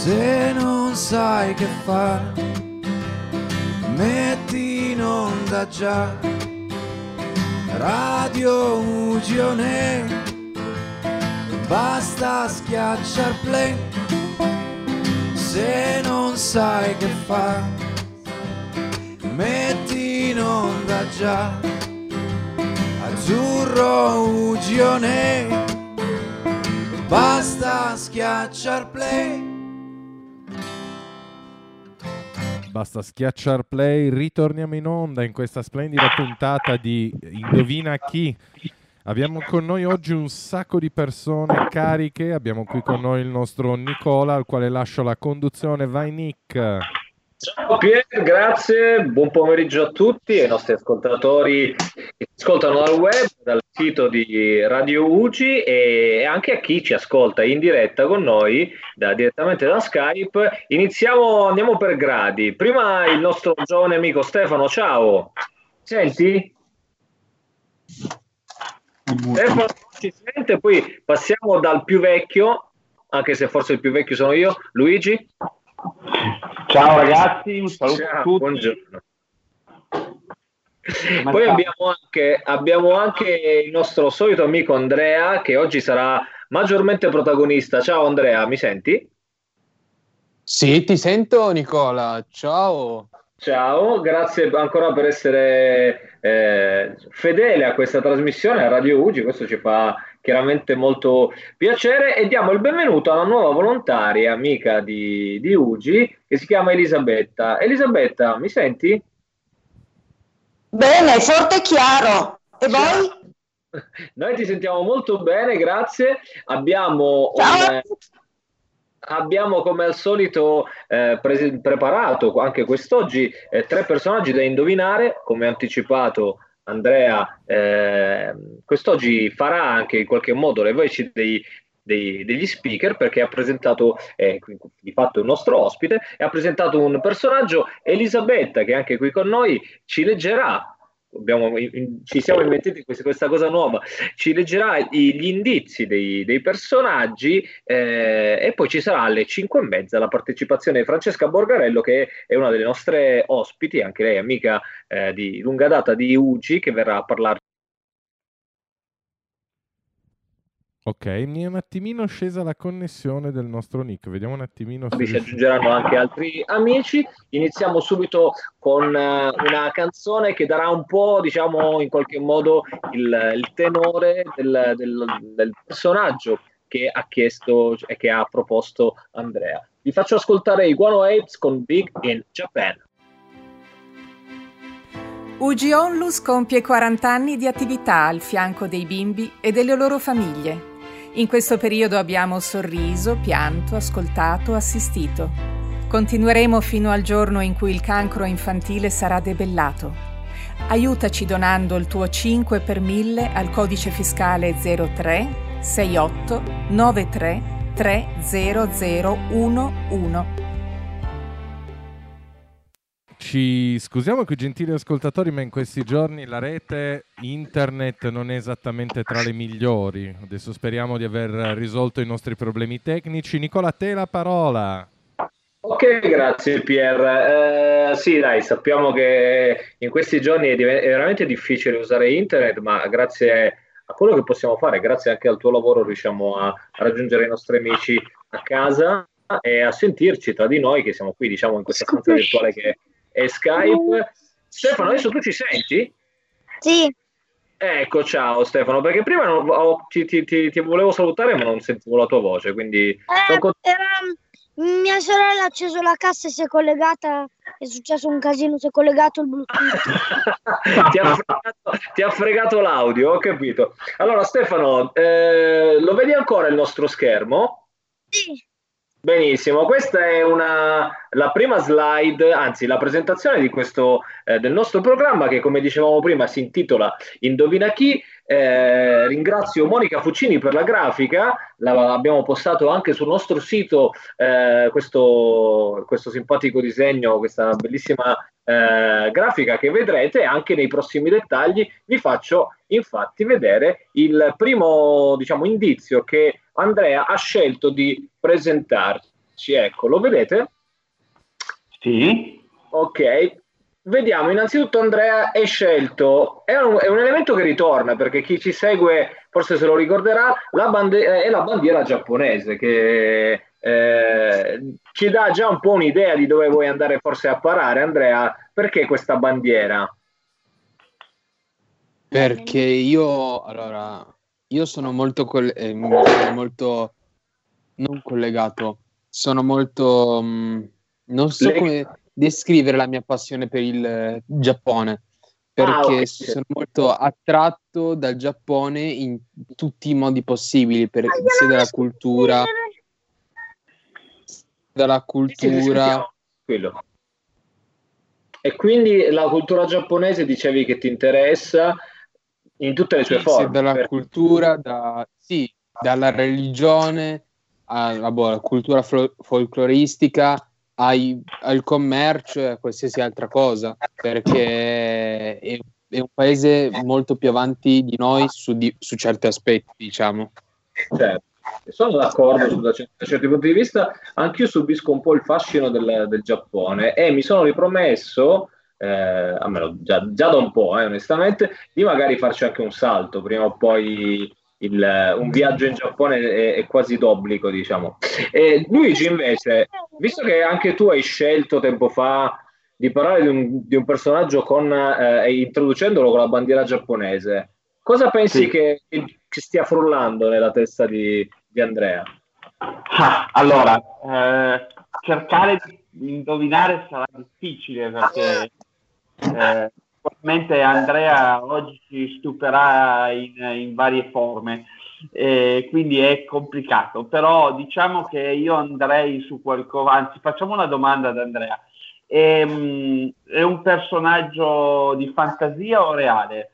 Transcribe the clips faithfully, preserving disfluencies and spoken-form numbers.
Se non sai che fare, metti in onda già Radio Ugione, basta schiacciar play. Se non sai che fare, metti in onda già Azzurro Ugione, basta schiacciar play. Basta schiacciar play, ritorniamo in onda in questa splendida puntata di Indovina chi. Abbiamo con noi oggi un sacco di persone cariche, abbiamo qui con noi il nostro Nicola, al quale lascio la conduzione. Vai Nick! Ciao Pier, grazie, buon pomeriggio a tutti e ai nostri ascoltatori che ci ascoltano dal web, dal sito di Radio Ugi, e anche a chi ci ascolta in diretta con noi da, direttamente da Skype. Iniziamo, andiamo per gradi. Prima il nostro giovane amico Stefano, ciao, senti? Stefano ci sente, poi passiamo dal più vecchio, anche se forse il più vecchio sono io, Luigi. Ciao ragazzi, un saluto Ciao, a tutti. Buongiorno. Poi abbiamo anche, abbiamo anche il nostro solito amico Andrea, che oggi sarà maggiormente protagonista. Ciao Andrea, mi senti? Sì, ti sento Nicola, ciao. Ciao, grazie ancora per essere eh, fedele a questa trasmissione a Radio Ugi, questo ci fa chiaramente molto piacere, e diamo il benvenuto alla nuova volontaria amica di, di Ugi che si chiama Elisabetta. Elisabetta, mi senti? Bene, forte e chiaro. E voi? Noi ti sentiamo molto bene, grazie. Abbiamo Ciao. un... Abbiamo come al solito eh, pre- preparato anche quest'oggi eh, tre personaggi da indovinare, come anticipato Andrea. Eh, quest'oggi farà anche in qualche modo le voci dei, dei, degli speaker, perché ha presentato, eh, di fatto il nostro ospite, e ha presentato un personaggio. Elisabetta, che è anche qui con noi, ci leggerà. Abbiamo, ci siamo inventati questa, questa cosa nuova, ci leggerà gli indizi dei, dei personaggi, eh, e poi ci sarà alle cinque e mezza la partecipazione di Francesca Borgarello, che è una delle nostre ospiti, anche lei amica eh, di lunga data di Ugi, che verrà a parlare. Ok, mi è un attimino scesa la connessione del nostro Nick, vediamo un attimino se Ci riusci- aggiungeranno anche altri amici. Iniziamo subito con uh, una canzone che darà un po', diciamo, in qualche modo il, il tenore del, del, del personaggio che ha chiesto e che ha proposto Andrea. Vi faccio ascoltare i Guano-Apes con Big in Japan. Ugi Onlus compie quaranta anni di attività al fianco dei bimbi e delle loro famiglie. In questo periodo abbiamo sorriso, pianto, ascoltato, assistito. Continueremo fino al giorno in cui il cancro infantile sarà debellato. Aiutaci donando il tuo cinque per mille al codice fiscale zero tre sei otto nove tre tre zero zero uno uno. Ci scusiamo qui gentili ascoltatori, ma in questi giorni la rete internet non è esattamente tra le migliori. Adesso speriamo di aver risolto i nostri problemi tecnici. Nicola, a te la parola. Ok, grazie Pier. Eh, sì, dai, sappiamo che in questi giorni è, div- è veramente difficile usare internet, ma grazie a quello che possiamo fare, grazie anche al tuo lavoro, riusciamo a, a raggiungere i nostri amici a casa e a sentirci tra di noi, che siamo qui, diciamo, in questa stanza virtuale che è Skype. Stefano, adesso tu ci senti? Sì. Ecco, ciao Stefano, perché prima non, ho, ti, ti, ti, ti volevo salutare ma non sentivo la tua voce, quindi... Eh, con... era, mia sorella ha acceso la cassa e si è collegata, è successo un casino, si è collegato il Bluetooth. ti, ha fregato, ti ha fregato l'audio, ho capito. Allora Stefano, eh, lo vedi ancora il nostro schermo? Sì. Benissimo, questa è una, la prima slide, anzi la presentazione di questo, eh, del nostro programma, che come dicevamo prima si intitola Indovina chi. Eh, ringrazio Monica Fuccini per la grafica, la, abbiamo postato anche sul nostro sito eh, questo, questo simpatico disegno, questa bellissima eh, grafica che vedrete anche nei prossimi dettagli. Vi faccio infatti vedere il primo, diciamo, indizio che Andrea ha scelto di presentarci. Sì, ecco, lo vedete? Sì. Ok, vediamo. Innanzitutto Andrea è scelto, è un, è un elemento che ritorna perché chi ci segue forse se lo ricorderà, la bande- è la bandiera giapponese che eh, ci dà già un po' un'idea di dove vuoi andare forse a parare. Andrea, perché questa bandiera? Perché io, allora, io sono molto, coll- eh, sono molto non collegato, sono molto, mh, non so Lei- come descrivere la mia passione per il eh, Giappone, Ah, perché ok. sono molto attratto dal Giappone in tutti i modi possibili, per, sia dalla cultura, dalla Sì, sì, sì, cultura. sentiamo. Quello. E quindi la cultura giapponese dicevi che ti interessa in tutte le sue Sì, sì, forme. dalla per- cultura, da, sì, dalla religione alla, boh, alla cultura fol- folcloristica, ai- al commercio e a qualsiasi altra cosa, perché è, è un paese molto più avanti di noi su, di- su certi aspetti, diciamo. Certo. Sono d'accordo su- da, cer- da certi punti di vista, anch'io subisco un po' il fascino del, del Giappone e mi sono ripromesso, eh, almeno già, già da un po', eh, onestamente, di magari farci anche un salto, prima o poi il- un viaggio in Giappone è, è quasi d'obbligo, diciamo. E Luigi, invece, visto che anche tu hai scelto tempo fa di parlare di un, di un personaggio con, eh, introducendolo con la bandiera giapponese, cosa pensi Sì. che, che stia frullando nella testa di, di Andrea? Ah, allora, eh, cercare di indovinare sarà difficile perché eh, probabilmente Andrea oggi ci stuperà in, in varie forme, eh, quindi è complicato, però diciamo che io andrei su qualcosa, anzi facciamo una domanda ad Andrea. Ehm, è un personaggio di fantasia o reale?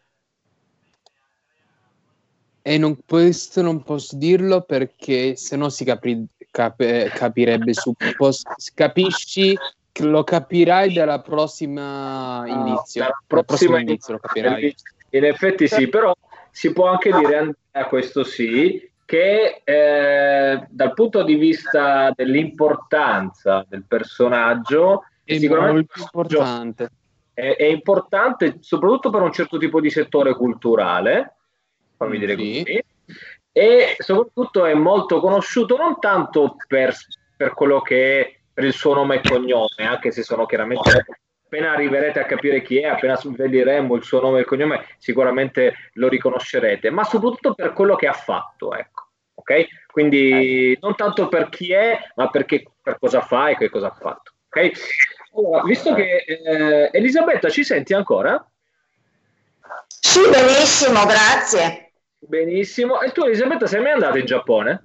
E non, questo non posso dirlo perché se no si capri- cap- capirebbe su pos- capisci che lo capirai dalla prossima indizio, Dalla dal prossimo prossima indizio lo capirai. in effetti sì, però si può anche dire, Andrea, questo sì, che eh, dal punto di vista dell'importanza del personaggio è È sicuramente un molto personaggio- importante. è, è importante soprattutto per un certo tipo di settore culturale, fammi Mm, dire sì. così, e soprattutto è molto conosciuto non tanto per, per quello che è, per il suo nome e cognome, anche se sono chiaramente, appena arriverete a capire chi è, appena vedremo il suo nome e il cognome, sicuramente lo riconoscerete, ma soprattutto per quello che ha fatto, ecco. Ok? Quindi non tanto per chi è, ma perché, per cosa fa e che cosa ha fatto. Ok? Allora, visto che eh, Elisabetta ci senti ancora? Sì, benissimo, grazie. Benissimo. E tu, Elisabetta, sei mai andata in Giappone?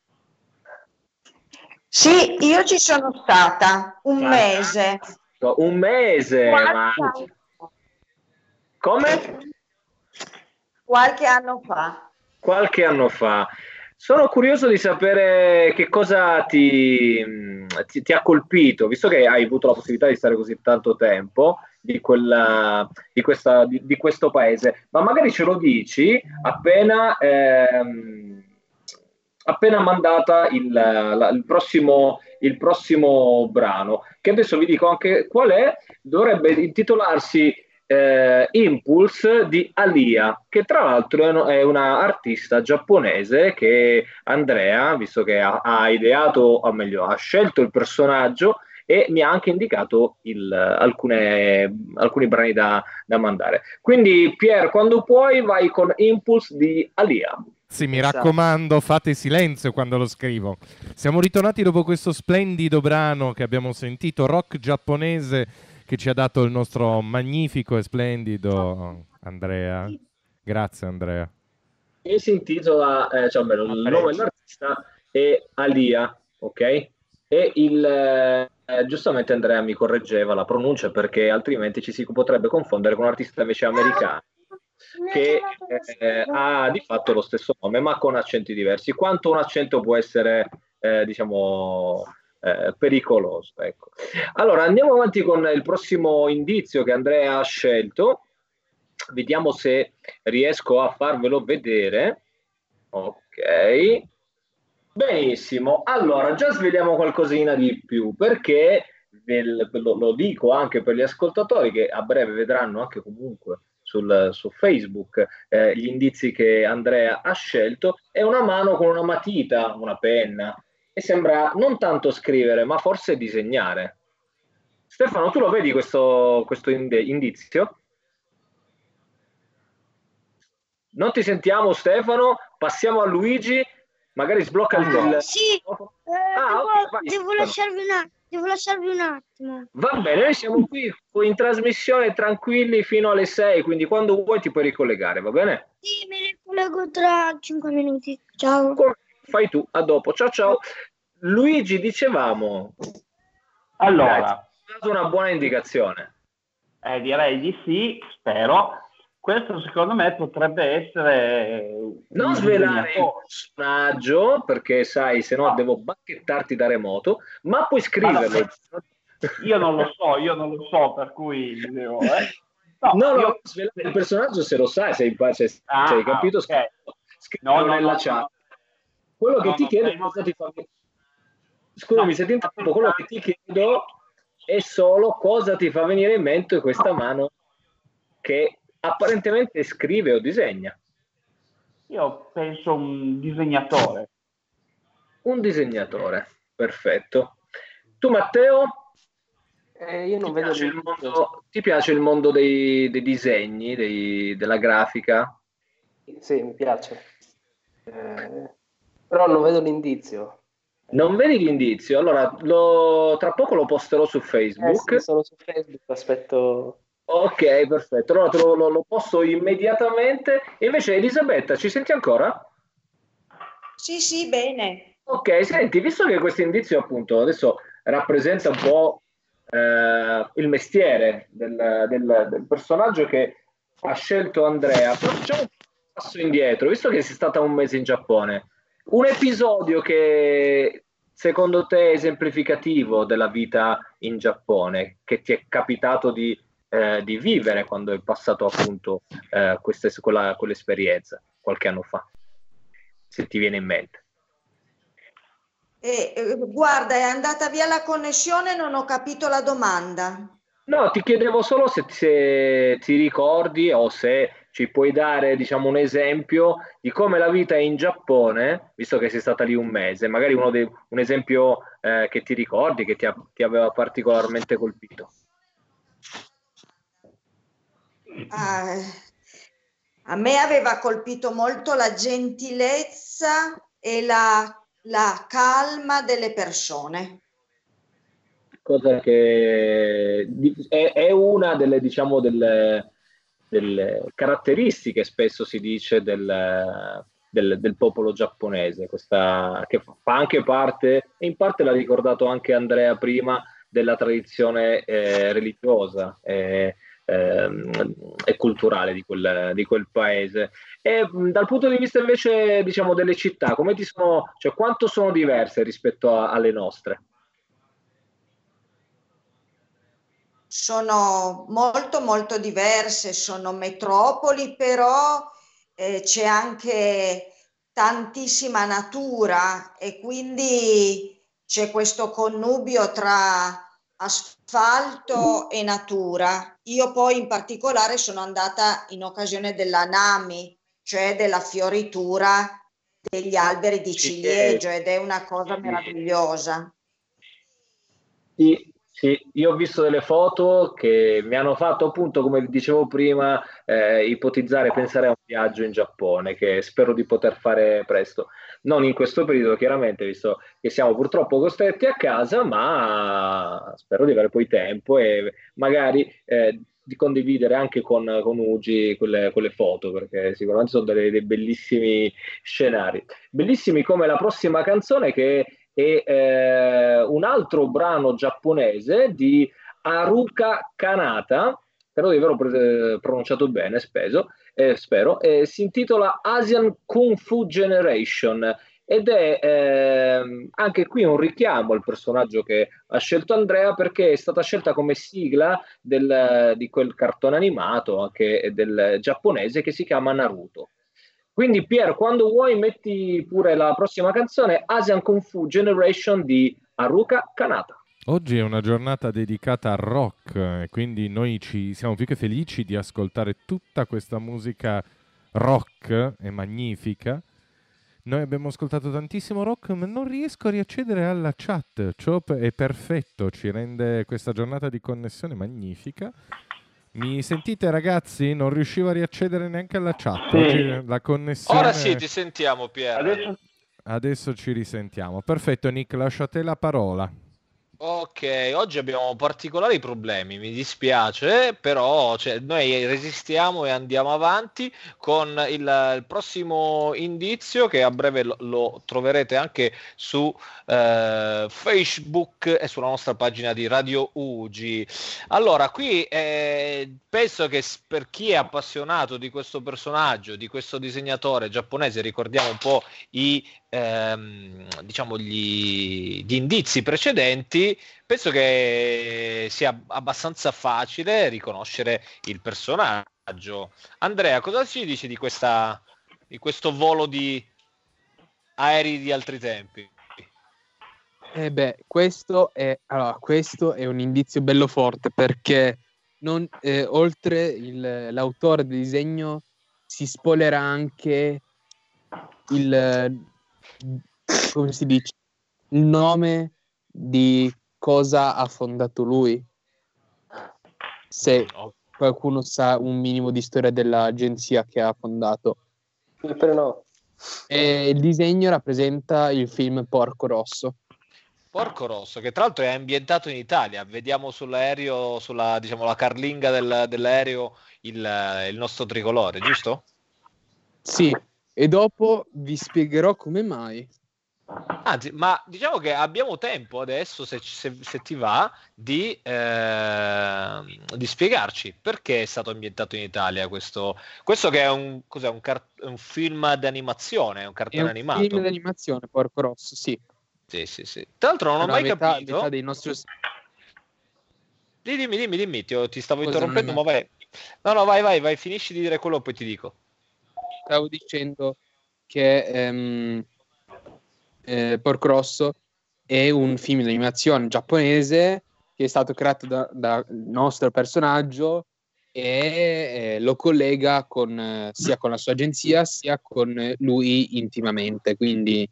Sì, io ci sono stata un mese. Un mese, ma Qualche, come? qualche anno fa. Qualche anno fa. Sono curioso di sapere che cosa ti, ti, ti ha colpito, visto che hai avuto la possibilità di stare così tanto tempo di, quella, di, questa, di, di questo paese, ma magari ce lo dici appena, ehm, appena mandata il, la, il, prossimo, il prossimo brano, che adesso vi dico anche qual è, dovrebbe intitolarsi eh, Impulse di Alia, che tra l'altro è una artista giapponese che Andrea, visto che ha, ha ideato, o meglio, ha scelto il personaggio e mi ha anche indicato il, alcune, alcuni brani da, da mandare. Quindi Pier, quando puoi vai con Impulse di Alia. Sì, mi Esatto. raccomando, fate silenzio quando lo scrivo. Siamo ritornati dopo questo splendido brano che abbiamo sentito, rock giapponese, che ci ha dato il nostro magnifico e splendido Andrea. Grazie Andrea. E si intitola, eh, cioè, almeno, il nome dell'artista è Alia, ok? E il, eh, giustamente Andrea mi correggeva la pronuncia perché altrimenti ci si potrebbe confondere con un artista invece americano che eh, ha di fatto lo stesso nome ma con accenti diversi. Quanto un accento può essere, eh, diciamo, eh, pericoloso. Ecco. Allora andiamo avanti con il prossimo indizio che Andrea ha scelto. Vediamo se riesco a farvelo vedere. Ok. Benissimo, allora già sveliamo qualcosina di più perché del- lo, lo dico anche per gli ascoltatori che a breve vedranno anche comunque sul, su Facebook eh, gli indizi che Andrea ha scelto. È una mano con una matita, una penna e sembra non tanto scrivere ma forse disegnare. Stefano, tu lo vedi questo, questo inde- indizio? Non ti sentiamo Stefano, passiamo a Luigi, magari sblocca il... Eh, il- sì, eh, Ah, devo, ok, vai, devo Stefano. lasciarvi un att- devo lasciarvi un attimo. Va bene, noi siamo qui in trasmissione tranquilli fino alle sei, quindi quando vuoi ti puoi ricollegare, va bene? Sì, mi ricollego tra cinque minuti. Ciao. Come fai tu, a dopo, ciao ciao. Luigi, dicevamo, Allora, dai, ti ho dato una buona indicazione. eh, direi di sì, spero. Questo secondo me potrebbe essere Non un svelare il disegnatore. personaggio, perché sai, se no No. devo bacchettarti da remoto, ma puoi scriverlo. Io non lo so, io non lo so, per cui devo, eh. No, No, no, io- svelare il personaggio se lo sai, se, se, se Ah, hai capito, ok. scrivilo, scrivilo No, no, nella no, chat. no. Quello che No, ti no, chiedo è prima- cosa ti fa Scusami, No, se ti interrompo, quello che ti chiedo è solo cosa ti fa venire in mente questa mano che apparentemente scrive o disegna. Io penso un disegnatore. Un disegnatore, perfetto. Tu Matteo? Eh, io non Ti vedo piace il l'indizio. mondo, ti piace il mondo dei, dei disegni, dei- della grafica? Sì, mi piace. Eh, però non vedo l'indizio. Non vedi l'indizio? Allora, lo- tra poco lo posterò su Eh Facebook. sì, sono su Facebook, aspetto. Ok, perfetto. Allora te lo, lo- lo posto immediatamente. E invece, Elisabetta, ci senti ancora? Sì, sì, bene. Ok, senti, visto che questo indizio appunto adesso rappresenta un po' eh, il mestiere del, del- del personaggio che ha scelto Andrea, però facciamo un passo indietro, visto che sei stata un mese in Giappone, un episodio che secondo te è esemplificativo della vita in Giappone, che ti è capitato di, eh, di vivere quando hai passato appunto eh, queste- quella- quell'esperienza qualche anno fa, se ti viene in mente. Eh, eh, guarda, è andata via la connessione, non ho capito la domanda. No, ti chiedevo solo se, se ti ricordi o se ci puoi dare, diciamo, un esempio di come la vita è in Giappone, visto che sei stata lì un mese, magari uno dei- un esempio eh, che ti ricordi, che ti, ha- ti aveva particolarmente colpito. Ah, a me aveva colpito molto la gentilezza e la, la calma delle persone. Cosa che di- è, è una delle, diciamo, delle, delle caratteristiche, spesso si dice, del, del- del popolo giapponese, questa, che fa anche parte, e in parte l'ha ricordato anche Andrea prima, della tradizione eh, religiosa e, ehm, e culturale di quel, di quel paese. E mh, dal punto di vista invece, diciamo, delle città, come ti sono, cioè, quanto sono diverse rispetto a- alle nostre? Sono molto molto diverse, sono metropoli, però eh, c'è anche tantissima natura e quindi c'è questo connubio tra asfalto e natura. Io poi in particolare sono andata in occasione della Nami, cioè della fioritura degli alberi di ciliegio, ed è una cosa meravigliosa. Sì, sì, io ho visto delle foto che mi hanno fatto appunto, come dicevo prima, eh, ipotizzare, pensare a un viaggio in Giappone che spero di poter fare presto. Non in questo periodo, chiaramente, visto che siamo purtroppo costretti a casa, ma spero di avere poi tempo e magari eh, di condividere anche con, con Ugi quelle, quelle foto, perché sicuramente sono delle- dei bellissimi scenari. Bellissimi come la prossima canzone che e eh, un altro brano giapponese di Haruka Kanata, spero di averlo pre- pronunciato bene, speso, eh, spero, eh, si intitola Asian Kung Fu Generation ed è ehm, anche qui un richiamo al personaggio che ha scelto Andrea perché è stata scelta come sigla del- di quel cartone animato anche del giapponese che si chiama Naruto. Quindi Pier, quando vuoi metti pure la prossima canzone, Asian Kung Fu Generation di Haruka Kanata. Oggi è una giornata dedicata al rock, eh, quindi noi ci siamo più che felici di ascoltare tutta questa musica rock, è magnifica. Noi abbiamo ascoltato tantissimo rock, ma non riesco a riaccedere alla chat. Ciò è perfetto, ci rende questa giornata di connessione magnifica. Mi sentite ragazzi? Non riuscivo a riaccedere neanche alla chat. Sì. Oggi la connessione... Ora sì, ti sentiamo Pier. Adesso Adesso ci risentiamo. Perfetto Nick, lascio a te la parola. Ok, oggi abbiamo particolari problemi, mi dispiace, però cioè, noi resistiamo e andiamo avanti con il, il prossimo indizio che a breve lo, lo troverete anche su eh, Facebook e sulla nostra pagina di Radio U G. Allora, qui eh, penso che s- per chi è appassionato di questo personaggio, di questo disegnatore giapponese, ricordiamo un po' i ehm, diciamo gli, gli indizi precedenti, penso che sia abbastanza facile riconoscere il personaggio. Andrea, cosa ci dici di questa di questo volo di aerei di altri tempi? Eh beh, questo è, allora, questo è un indizio bello forte perché non, eh, oltre il- l'autore del disegno si spoilerà anche il, come si dice, il nome di cosa ha fondato lui. Se qualcuno sa un minimo di storia dell'agenzia che ha fondato. Però no. E il disegno rappresenta il film Porco Rosso. Porco Rosso, che tra l'altro è ambientato in Italia. Vediamo sull'aereo, sulla diciamo la carlinga del- dell'aereo, il, il nostro tricolore, giusto? Sì, e dopo vi spiegherò come mai. Anzi, ma diciamo che abbiamo tempo adesso, se, ci- se- se ti va, di, eh, di spiegarci perché è stato ambientato in Italia questo, questo che è un, cos'è, un, car- un film d'animazione, un È cartone un animato. film d'animazione, Porco Rosso, sì. Sì, sì, sì. Tra l'altro non ho Allora, mai metà, capito. metà dei nostri... Di- Dimmi, dimmi, dimmi, ti, ti stavo Cosa non interrompendo, è ma vai. No, no, vai, vai, vai, finisci di dire quello, poi ti dico. Stavo dicendo che ehm, eh, Porco Rosso è un film d'animazione giapponese che è stato creato da- dal nostro personaggio e eh, lo collega con, eh, sia con la sua agenzia sia con eh, lui intimamente. Quindi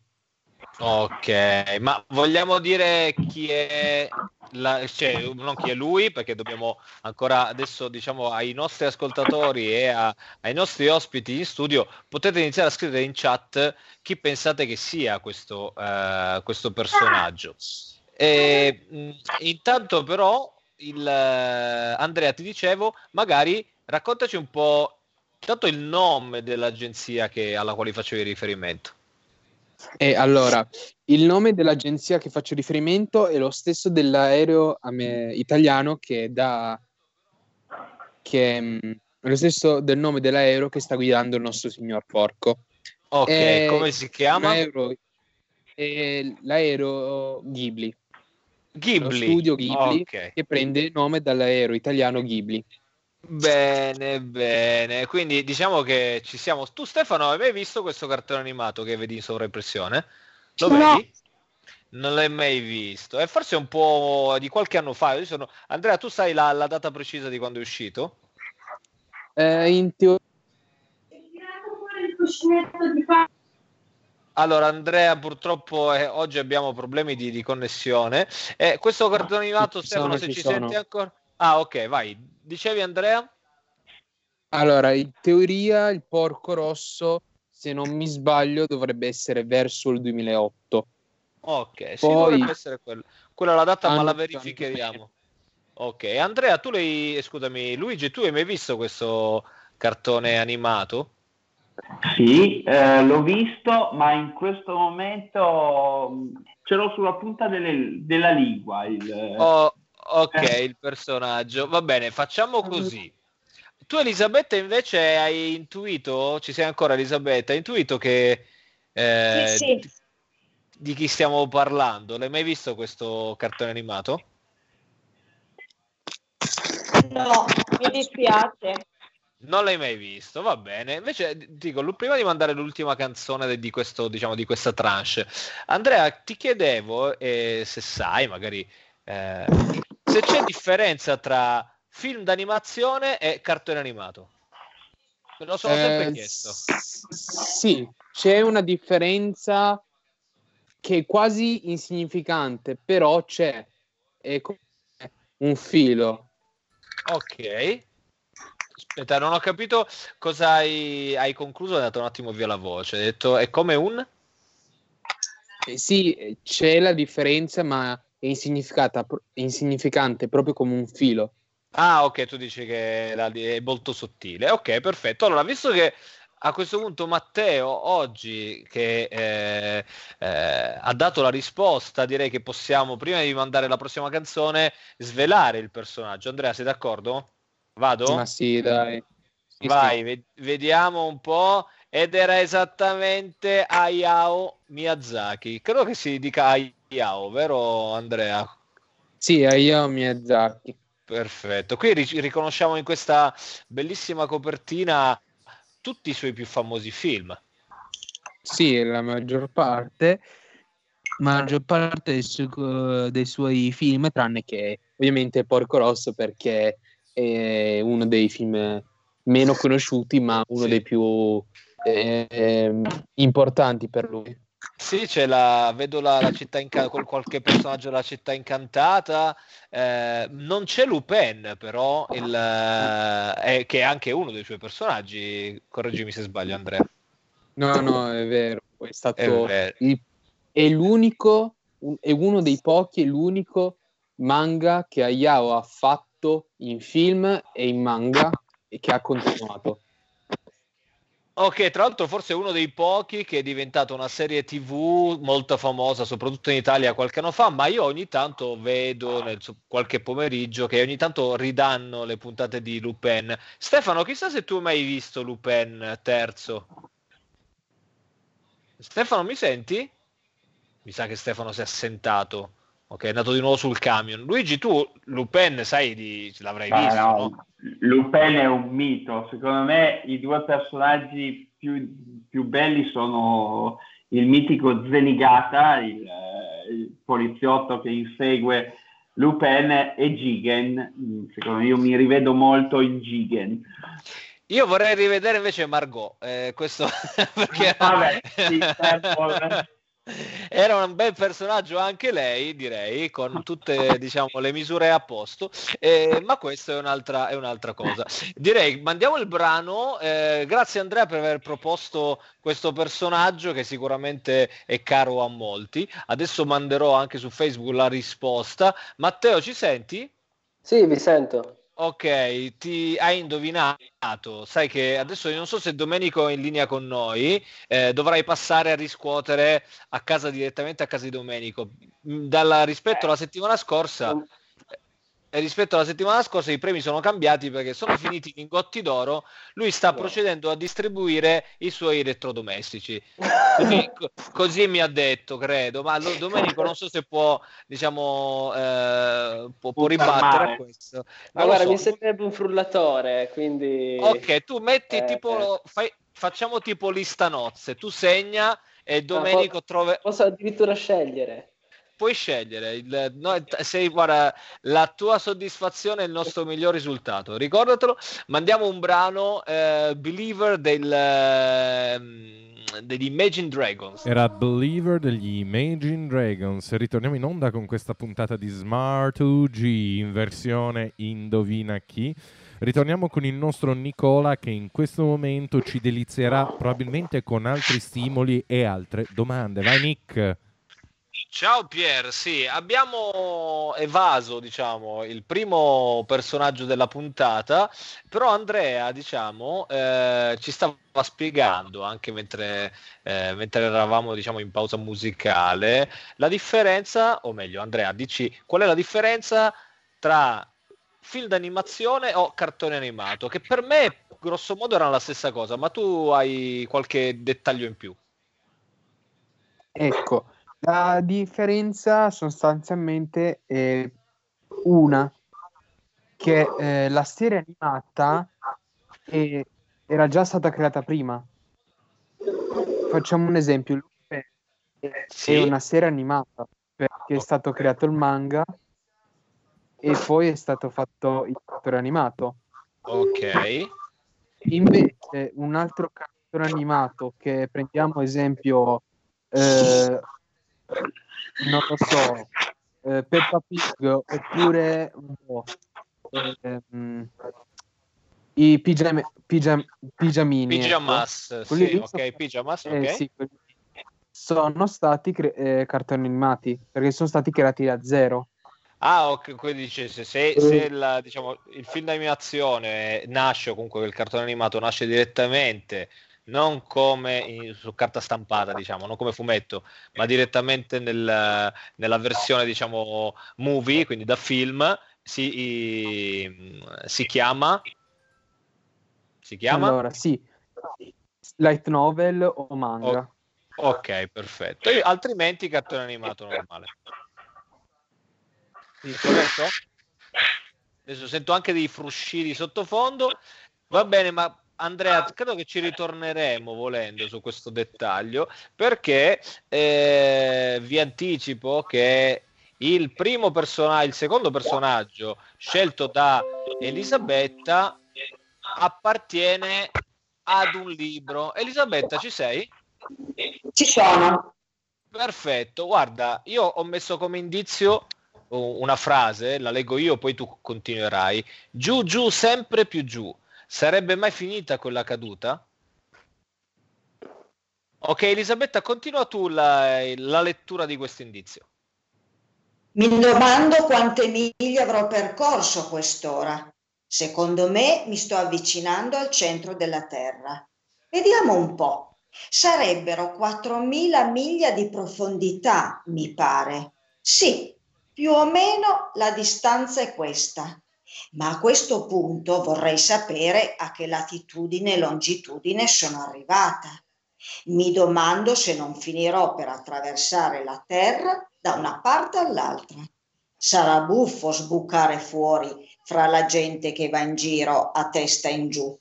Ok, ma vogliamo dire chi è la, cioè, non chi è lui, perché dobbiamo ancora adesso, diciamo, ai nostri ascoltatori e a- ai nostri ospiti in studio, potete iniziare a scrivere in chat chi pensate che sia questo, eh, questo personaggio. E, mh, intanto però, il, eh, Andrea, ti dicevo, magari raccontaci un po', intanto il nome dell'agenzia che- alla quale facevi riferimento. E allora, il nome dell'agenzia che faccio riferimento è lo stesso dell'aereo a me- italiano che da che mh, è lo stesso del nome dell'aereo che sta guidando il nostro signor Porco. Ok, È come si un chiama? aereo- è l'aereo Ghibli, lo Ghibli. studio Ghibli Ok. che prende il nome dall'aereo italiano Ghibli. Bene, bene. Quindi diciamo che ci siamo. Tu Stefano, hai mai visto questo cartone animato che vedi in sovraimpressione? Lo No. vedi? Non l'hai mai visto. E forse un po' di qualche anno fa. Io sono... Andrea, tu sai la, la data precisa di quando è uscito? Eh, in teoria Allora, Andrea, purtroppo eh, oggi abbiamo problemi di, di connessione. Eh, questo cartone animato, Ci Stefano, sono, se ci ci sono. senti ancora. Ah, ok, vai. Dicevi, Andrea? Allora, in teoria il Porco Rosso, se non mi sbaglio, dovrebbe essere verso il duemilaotto. Ok, sì, Poi- dovrebbe essere quello. Quella è la data, ma Hanno- la verifichiamo. Ok, Andrea, tu l'hai, eh, scusami, Luigi, tu hai mai visto questo cartone animato? Sì, eh, l'ho visto, ma in questo momento mh, ce l'ho sulla punta delle- della lingua. Il, Oh, ok, Eh. il personaggio. Va bene, facciamo così. Tu, Elisabetta, invece hai intuito, ci sei ancora, Elisabetta, hai intuito che eh, Sì, sì. di- di chi stiamo parlando? L'hai mai visto questo cartone animato? No, mi dispiace. Non l'hai mai visto, va bene. Invece dico, prima di mandare l'ultima canzone di questo, diciamo, di questa tranche, Andrea, ti chiedevo, eh, se sai, magari, eh, se c'è differenza tra film d'animazione e cartone animato. Me lo sono sempre Eh, chiesto. s- sì, c'è una differenza che è quasi insignificante, però c'è. È come un filo. Ok. Aspetta, non ho capito cosa hai, hai concluso, hai dato un attimo via la voce. Hai detto è come un... Eh, sì, c'è la differenza, ma è insignificata- insignificante, proprio come un filo. Ah, ok, tu dici che la- è molto sottile. Ok, perfetto. Allora, visto che a questo punto Matteo oggi che eh, eh, ha dato la risposta, direi che possiamo, prima di mandare la prossima canzone, svelare il personaggio. Andrea, sei d'accordo? Vado? Ma sì, dai. Sì, Vai, sì. ve- vediamo un po'. Ed era esattamente Hayao Miyazaki. Credo che si dica Hayao, vero Andrea? Sì, Hayao Miyazaki. Perfetto. Qui ri- riconosciamo in questa bellissima copertina tutti i suoi più famosi film. Sì, la maggior parte, maggior parte dei, su- dei suoi film, tranne che ovviamente Porco Rosso, perché è uno dei film meno conosciuti, ma uno Sì. dei più eh, ehm, importanti per lui. Sì, c'è la, vedo la, la città incantata, qualche personaggio della città incantata. Eh, non c'è Lupin, però, il, eh, è, che è anche uno dei suoi personaggi. Correggimi se sbaglio, Andrea. No, no, è vero, è È stato vero. il- è l'unico, un- è uno dei pochi, è l'unico manga che Hayao ha fatto in film e in manga e che ha continuato. Ok, tra l'altro forse è uno dei pochi che è diventato una serie tivù molto famosa, soprattutto in Italia qualche anno fa, ma io ogni tanto vedo nel so- qualche pomeriggio che ogni tanto ridanno le puntate di Lupin. Stefano, chissà se tu hai mai visto Lupin terzo. Stefano, mi senti? Mi sa che Stefano si è assentato. Ok, è andato di nuovo sul camion. Luigi, tu Lupin, sai, di... l'avrai Ma visto, no, no? Lupin è un mito. Secondo me i due personaggi più, più belli sono il mitico Zenigata, il, eh, il poliziotto che insegue Lupin, e Jigen. Secondo me io mi rivedo molto in Jigen. Io vorrei rivedere invece Margot, eh, questo perché Vabbè, sì, certo. era un bel personaggio anche lei, direi, con tutte, diciamo, le misure a posto, eh, ma questa è un'altra, è un'altra cosa. Direi, mandiamo il brano, eh, grazie Andrea per aver proposto questo personaggio che sicuramente è caro a molti. Adesso manderò anche su Facebook la risposta. Matteo, ci senti? Sì, vi sento. Ok, ti hai indovinato. Sai che adesso io non so se Domenico è in linea con noi, eh, dovrai passare a riscuotere a casa direttamente a casa di Domenico. Mm, Dalla, rispetto alla settimana scorsa, eh, rispetto alla settimana scorsa i premi sono cambiati perché sono finiti i lingotti d'oro. Lui sta No. procedendo a distribuire i suoi elettrodomestici. Così, co- così mi ha detto, credo. Ma lo- Domenico non so se può, diciamo, eh, può, può ribattere a Confermare. questo. Ma Non lo guarda, so. mi servirebbe un frullatore, quindi... Ok, tu metti eh, tipo, fai, facciamo tipo lista nozze, tu segna e ah, Domenico po- trova, posso addirittura scegliere. puoi scegliere, il, no, sei, guarda, la tua soddisfazione è il nostro miglior risultato, ricordatelo. Mandiamo un brano, eh, Believer del, ehm, degli Imagine Dragons. Era Believer degli Imagine Dragons. Ritorniamo in onda con questa puntata di Smart U G in versione Indovina chi. Ritorniamo con il nostro Nicola che in questo momento ci delizierà probabilmente con altri stimoli e altre domande. Vai Nick! Ciao Pier, sì, abbiamo evaso, diciamo, il primo personaggio della puntata, però Andrea, diciamo, eh, ci stava spiegando, anche mentre, eh, mentre eravamo, diciamo, in pausa musicale, la differenza, o meglio, Andrea, dici qual è la differenza tra film d'animazione o cartone animato, che per me, grosso modo, erano la stessa cosa, ma tu hai qualche dettaglio in più. Ecco, la differenza sostanzialmente è una, che eh, la serie animata e era già stata creata prima. Facciamo un esempio, Lupin Sì. è una serie animata perché è stato creato il manga e poi è stato fatto il cartone animato. Ok. Invece un altro cartone animato che prendiamo esempio, eh, non lo so, eh, Peppa Pig oppure oh, ehm, i pigiami, pigiam, pigiamini, ecco. Pijamas, Quelli sì, lì ok, sono, Pijamas, eh, ok. sì, quelli sono stati cre- eh, cartoni animati perché sono stati creati da zero. Ah, ok, quindi dice, se, se, se il, diciamo, il film d'animazione nasce, o comunque il cartone animato nasce direttamente, non come in- su carta stampata, diciamo, non come fumetto, ma direttamente nel- nella versione, diciamo, movie, quindi da film, si, i- si chiama, si chiama? Allora, sì, light novel o O- manga. ok, perfetto. E altrimenti cartone animato normale. Corretto? Adesso sento anche dei frusci di sottofondo. Va bene, ma Andrea, credo che ci ritorneremo volendo su questo dettaglio, perché eh, vi anticipo che il primo personaggio, il secondo personaggio scelto da Elisabetta appartiene ad un libro. Elisabetta, ci sei? Ci sono. Perfetto, guarda, io ho messo come indizio una frase, la leggo io, poi tu continuerai. Giù, giù, sempre più giù. Sarebbe mai finita quella caduta? Ok, Elisabetta, continua tu la, la lettura di questo indizio. Mi domando quante miglia avrò percorso a quest'ora. Secondo me mi sto avvicinando al centro della Terra. Vediamo un po'. Sarebbero quattromila miglia di profondità, mi pare. Sì, più o meno la distanza è questa. Ma a questo punto vorrei sapere a che latitudine e longitudine sono arrivata. Mi domando se non finirò per attraversare la Terra da una parte all'altra. Sarà buffo sbucare fuori fra la gente che va in giro a testa in giù.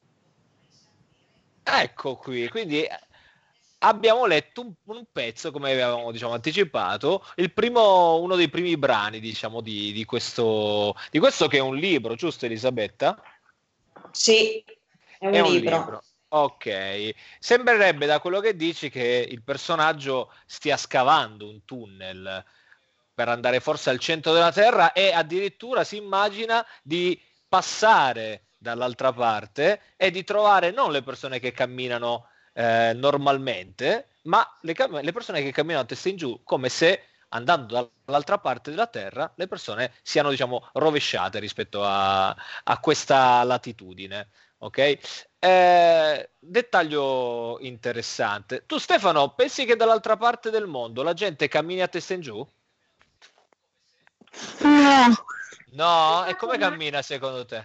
Ecco qui, quindi abbiamo letto un, un pezzo, come avevamo, diciamo, anticipato, il primo, uno dei primi brani, diciamo, di, di questo, di questo che è un libro, giusto Elisabetta? Sì, è un, È un libro. libro. Ok, sembrerebbe da quello che dici che il personaggio stia scavando un tunnel per andare forse al centro della Terra e addirittura si immagina di passare dall'altra parte e di trovare non le persone che camminano eh, normalmente, ma le, cam- le persone che camminano a testa in giù, come se andando dall'altra parte della Terra le persone siano, diciamo, rovesciate rispetto a, a questa latitudine. Ok? Eh, dettaglio interessante. Tu Stefano, pensi che dall'altra parte del mondo la gente cammini a testa in giù? No. No? E come cammina secondo te?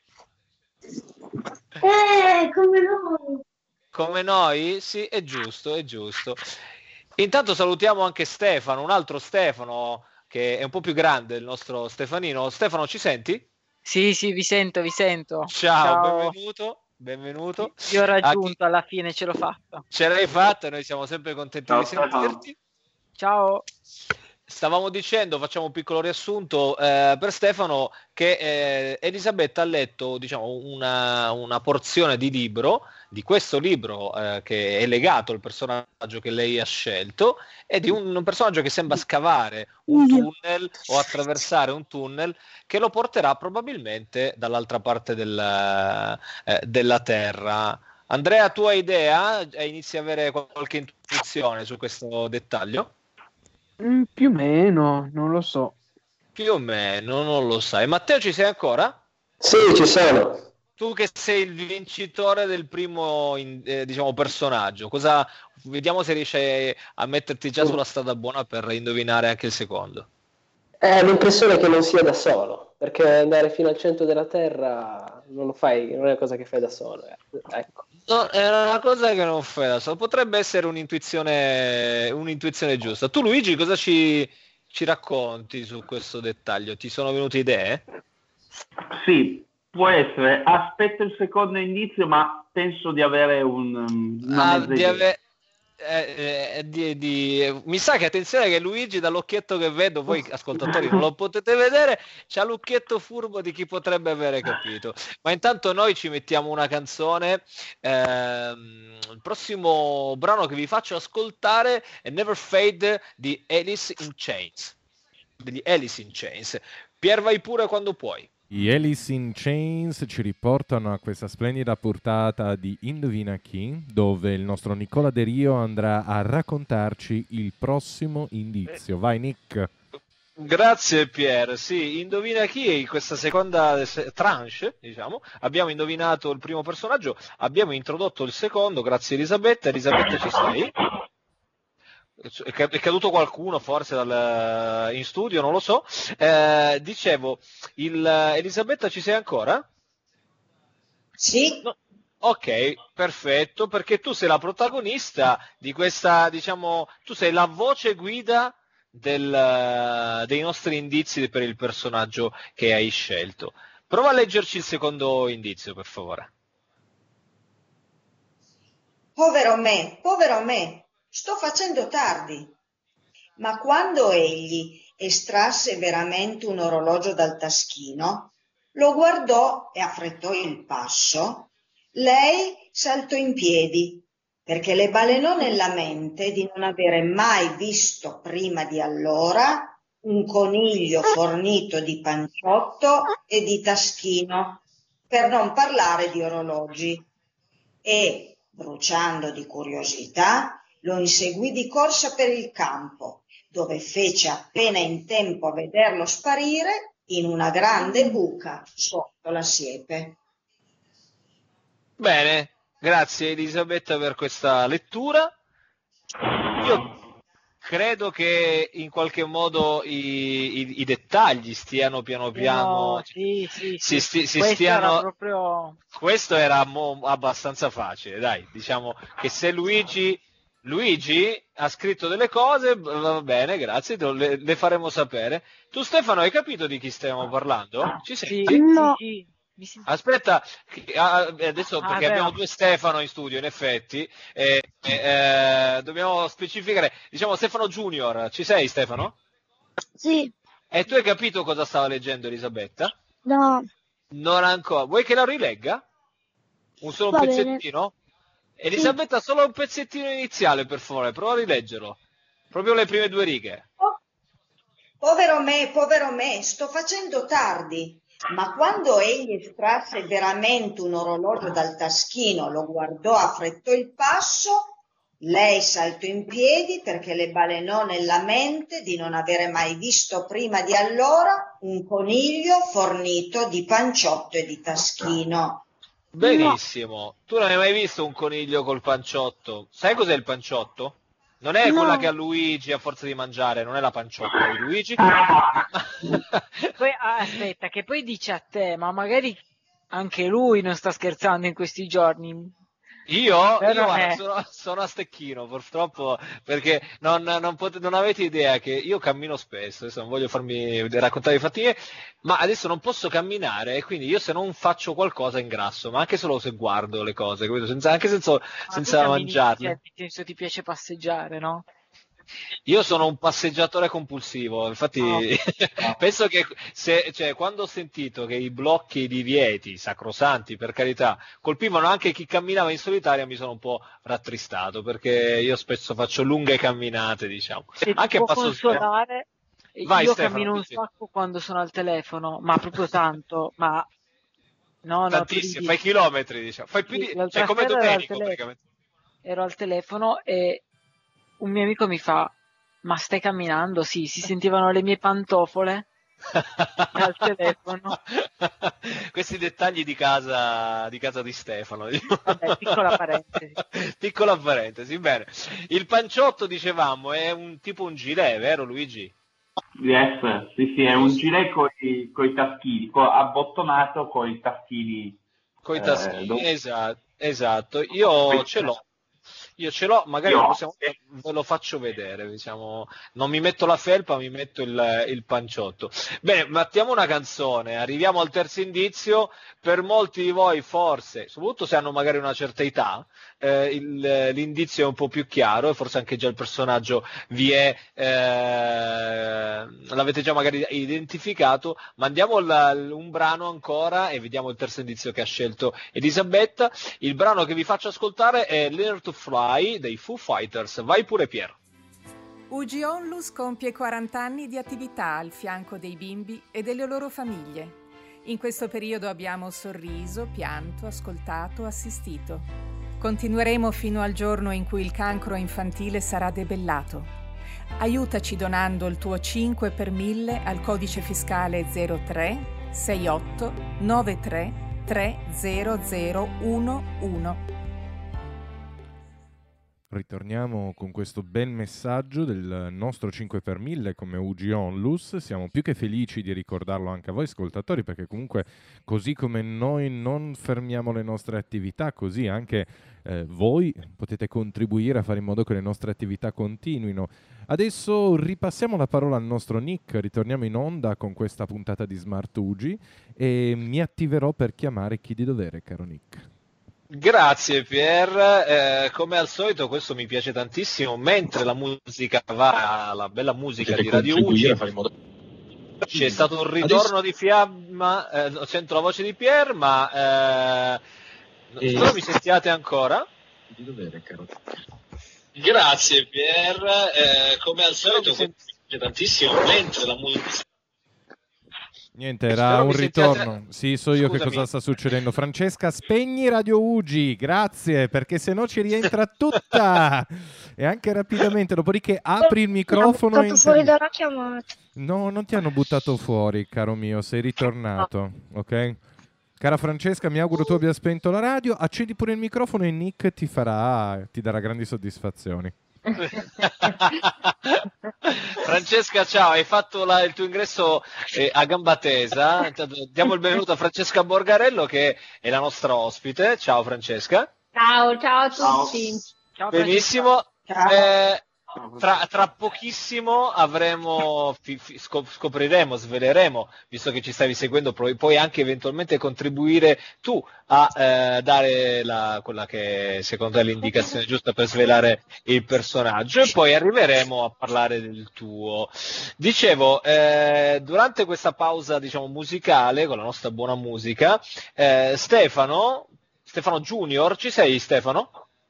Eh, come noi. Come noi? Sì, è giusto, è giusto. Intanto salutiamo anche Stefano, un altro Stefano che è un po' più grande del nostro Stefanino. Stefano, ci senti? Sì, sì, vi sento, vi sento. Ciao, Ciao. benvenuto. Benvenuto. Vi ho raggiunto, Chi... alla fine ce l'ho fatta. Ce l'hai fatta, noi siamo sempre contenti Ciao, di sentirti. Ciao. Stavamo dicendo, facciamo un piccolo riassunto eh, per Stefano, che eh, Elisabetta ha letto, diciamo, una, una porzione di libro, di questo libro eh, che è legato al personaggio che lei ha scelto, e di un, un personaggio che sembra scavare un tunnel o attraversare un tunnel che lo porterà probabilmente dall'altra parte del, eh, della Terra. Andrea, tu hai idea? Inizi a avere qualche intuizione su questo dettaglio? Mm, più o meno, non lo so. Più o meno, non lo sai. Matteo, ci sei ancora? Sì, ci sono. Tu che sei il vincitore del primo in- eh, diciamo personaggio, cosa vediamo se riesci a metterti già sulla strada buona per indovinare anche il secondo. È l'impressione che non sia da solo, perché andare fino al centro della Terra non lo fai, non è una cosa che fai da solo. eh. Ecco. No, è una cosa che non fai da solo. Potrebbe essere un'intuizione, un'intuizione giusta. Tu Luigi, cosa ci, ci racconti su questo dettaglio? Ti sono venute idee? Sì, può essere. Aspetto il secondo indizio, ma penso di avere un, una Ah, mezza di idea. ave- eh, eh, di- di- mi sa che attenzione che Luigi dall'occhietto che vedo, voi ascoltatori non lo potete vedere, c'ha l'occhietto furbo di chi potrebbe avere capito. Ma intanto noi ci mettiamo una canzone. Ehm, il prossimo brano che vi faccio ascoltare è Never Fade di Alice in Chains, degli Alice in Chains. Pier, vai pure quando puoi. Gli Alice in Chains ci riportano a questa splendida puntata di Indovina Chi, dove il nostro Nicola De Rio andrà a raccontarci il prossimo indizio. Vai Nick! Grazie Pier, sì, indovina chi in questa seconda se- tranche, diciamo, abbiamo indovinato il primo personaggio, abbiamo introdotto il secondo, grazie Elisabetta. Elisabetta, ci sei? È ca- è caduto qualcuno forse dal, in studio, non lo so. Eh, dicevo, il, Elisabetta, ci sei ancora? Sì. No. Ok, perfetto, perché tu sei la protagonista di questa, diciamo, tu sei la voce guida del, dei nostri indizi per il personaggio che hai scelto. Prova a leggerci il secondo indizio, per favore. Povero me, povero me, sto facendo tardi. Ma quando egli estrasse veramente un orologio dal taschino, lo guardò e affrettò il passo. Lei saltò in piedi, perché le balenò nella mente di non avere mai visto prima di allora un coniglio fornito di panciotto e di taschino, per non parlare di orologi. E, bruciando di curiosità, lo inseguì di corsa per il campo, dove fece appena in tempo a vederlo sparire in una grande buca sotto la siepe. Bene, grazie Elisabetta per questa lettura. Io credo che in qualche modo i, i- i dettagli stiano piano piano No, sì, sì, si, sì. sti- si Questo era stiano. proprio... Questo era mo- abbastanza facile, dai, diciamo che se Luigi Luigi ha scritto delle cose, b- va bene, grazie, te lo- le, le faremo sapere. Tu Stefano hai capito di chi stiamo parlando? Ci Sì, senti? No. sì, sì. Mi senti? Aspetta, che- ah, adesso Ah, perché vero. abbiamo due Stefano in studio, in effetti, e, e, eh, dobbiamo specificare, diciamo Stefano Junior, ci sei Stefano? Sì, E tu hai capito cosa stava leggendo Elisabetta? no, Non ancora. Vuoi che la rilegga? Un solo va bene. pezzettino? Elisabetta, solo un pezzettino iniziale, per favore, prova a rileggerlo. Proprio le prime due righe. Povero me, povero me, sto facendo tardi. Ma quando egli estrasse veramente un orologio dal taschino, lo guardò, affrettò il passo, lei saltò in piedi perché le balenò nella mente di non avere mai visto prima di allora un coniglio fornito di panciotto e di taschino. Benissimo. Tu non hai mai visto un coniglio col panciotto? Sai cos'è il panciotto? Non è No. quella che ha Luigi a forza di mangiare, non è la panciotta di Luigi. Poi, ah, aspetta, che poi dice a te, ma magari anche lui non sta scherzando in questi giorni. Io, Però io guarda, è- sono, sono a stecchino purtroppo perché non, non, pot- non avete idea che io cammino spesso, adesso non voglio farmi raccontare i fatti miei, ma adesso non posso camminare e quindi io se non faccio qualcosa ingrasso, ma anche solo se guardo le cose, capito? Senza, anche senza, Ma tu senza cammini, mangiarle. cioè, nel senso ti piace passeggiare, no? Io sono un passeggiatore compulsivo, infatti Ah. penso che se, cioè, quando ho sentito che i blocchi di vieti, sacrosanti per carità, colpivano anche chi camminava in solitaria mi sono un po' rattristato perché io spesso faccio lunghe camminate, diciamo. Se Anche ti a può passo consolare, Vai, io Stefano, cammino un dici. sacco quando sono al telefono, ma proprio tanto, ma no, no, tu Tantissimo, ridi. fai chilometri, diciamo. Fai più Sì, di, l'altra cioè come sera ero al Domenico telefono. praticamente. Ero al telefono e un mio amico mi fa: ma stai camminando? Sì, si sentivano le mie pantofole al telefono. Questi dettagli di casa di casa di Stefano. Vabbè, piccola parentesi. Piccola parentesi, bene. Il panciotto, dicevamo, è un tipo un gilet, vero Luigi? Yes, sì, sì, è un gilet con i taschini, co- abbottonato con i taschini. Coi eh, taschini, dove- esatto, esatto. Io ce l'ho. Io ce l'ho, magari Io. la prossima volta ve lo faccio vedere, diciamo, non mi metto la felpa, mi metto il, il panciotto. Bene, mettiamo una canzone, arriviamo al terzo indizio. Per molti di voi forse, soprattutto se hanno magari una certa età, eh, il, l'indizio è un po' più chiaro e forse anche già il personaggio vi è, eh, l'avete già magari identificato. Mandiamo la, un brano ancora e vediamo il terzo indizio che ha scelto Elisabetta. Il brano che vi faccio ascoltare è Learn to Fly dei Foo Fighters. Vai pure Pier. U G Onlus compie quaranta anni di attività al fianco dei bimbi e delle loro famiglie. In questo periodo abbiamo sorriso, pianto, ascoltato, assistito. Continueremo fino al giorno in cui il cancro infantile sarà debellato. Aiutaci donando il tuo cinque per mille al codice fiscale zero tre sei otto nove tre tre zero zero uno uno. Ritorniamo con questo bel messaggio del nostro cinque per mille come U G Onlus. Siamo più che felici di ricordarlo anche a voi ascoltatori, perché comunque così come noi non fermiamo le nostre attività, così anche eh, voi potete contribuire a fare in modo che le nostre attività continuino. Adesso ripassiamo la parola al nostro Nick, ritorniamo in onda con questa puntata di Smart U G e mi attiverò per chiamare chi di dovere, caro Nick. Grazie Pier, eh, come al solito questo mi piace tantissimo, mentre la musica va, la bella musica di Radio U G, c'è stato un ritorno Adesso... di fiamma, eh, sento la voce di Pier, ma eh, e... non mi sentiate ancora? Di dovere, caro. Grazie Pier, eh, come al solito questo mi piace tantissimo, mentre la musica... Niente, era un ritorno. Sì, so io Scusami. Che cosa sta succedendo. Francesca, spegni Radio U G, grazie, perché se no ci rientra tutta. E anche rapidamente, dopodiché apri il microfono. Mi hanno buttato fuori dalla chiamata. No, non ti hanno buttato fuori, caro mio, sei ritornato, ok? Cara Francesca, mi auguro tu abbia spento la radio, accendi pure il microfono e Nick ti farà, ti darà grandi soddisfazioni. Francesca, ciao, hai fatto la, il tuo ingresso eh, a gamba tesa. Diamo il benvenuto a Francesca Borgarello che è la nostra ospite. Ciao Francesca. Ciao, ciao a tutti. Ciao. Benissimo. Ciao. Eh, tra, tra pochissimo avremo, fi, fi, scopriremo, sveleremo, visto che ci stavi seguendo, puoi, puoi anche eventualmente contribuire tu a eh, dare la, quella che secondo te è l'indicazione giusta per svelare il personaggio, e poi arriveremo a parlare del tuo. Dicevo, eh, durante questa pausa diciamo musicale, con la nostra buona musica, eh, Stefano, Stefano Junior, ci sei Stefano?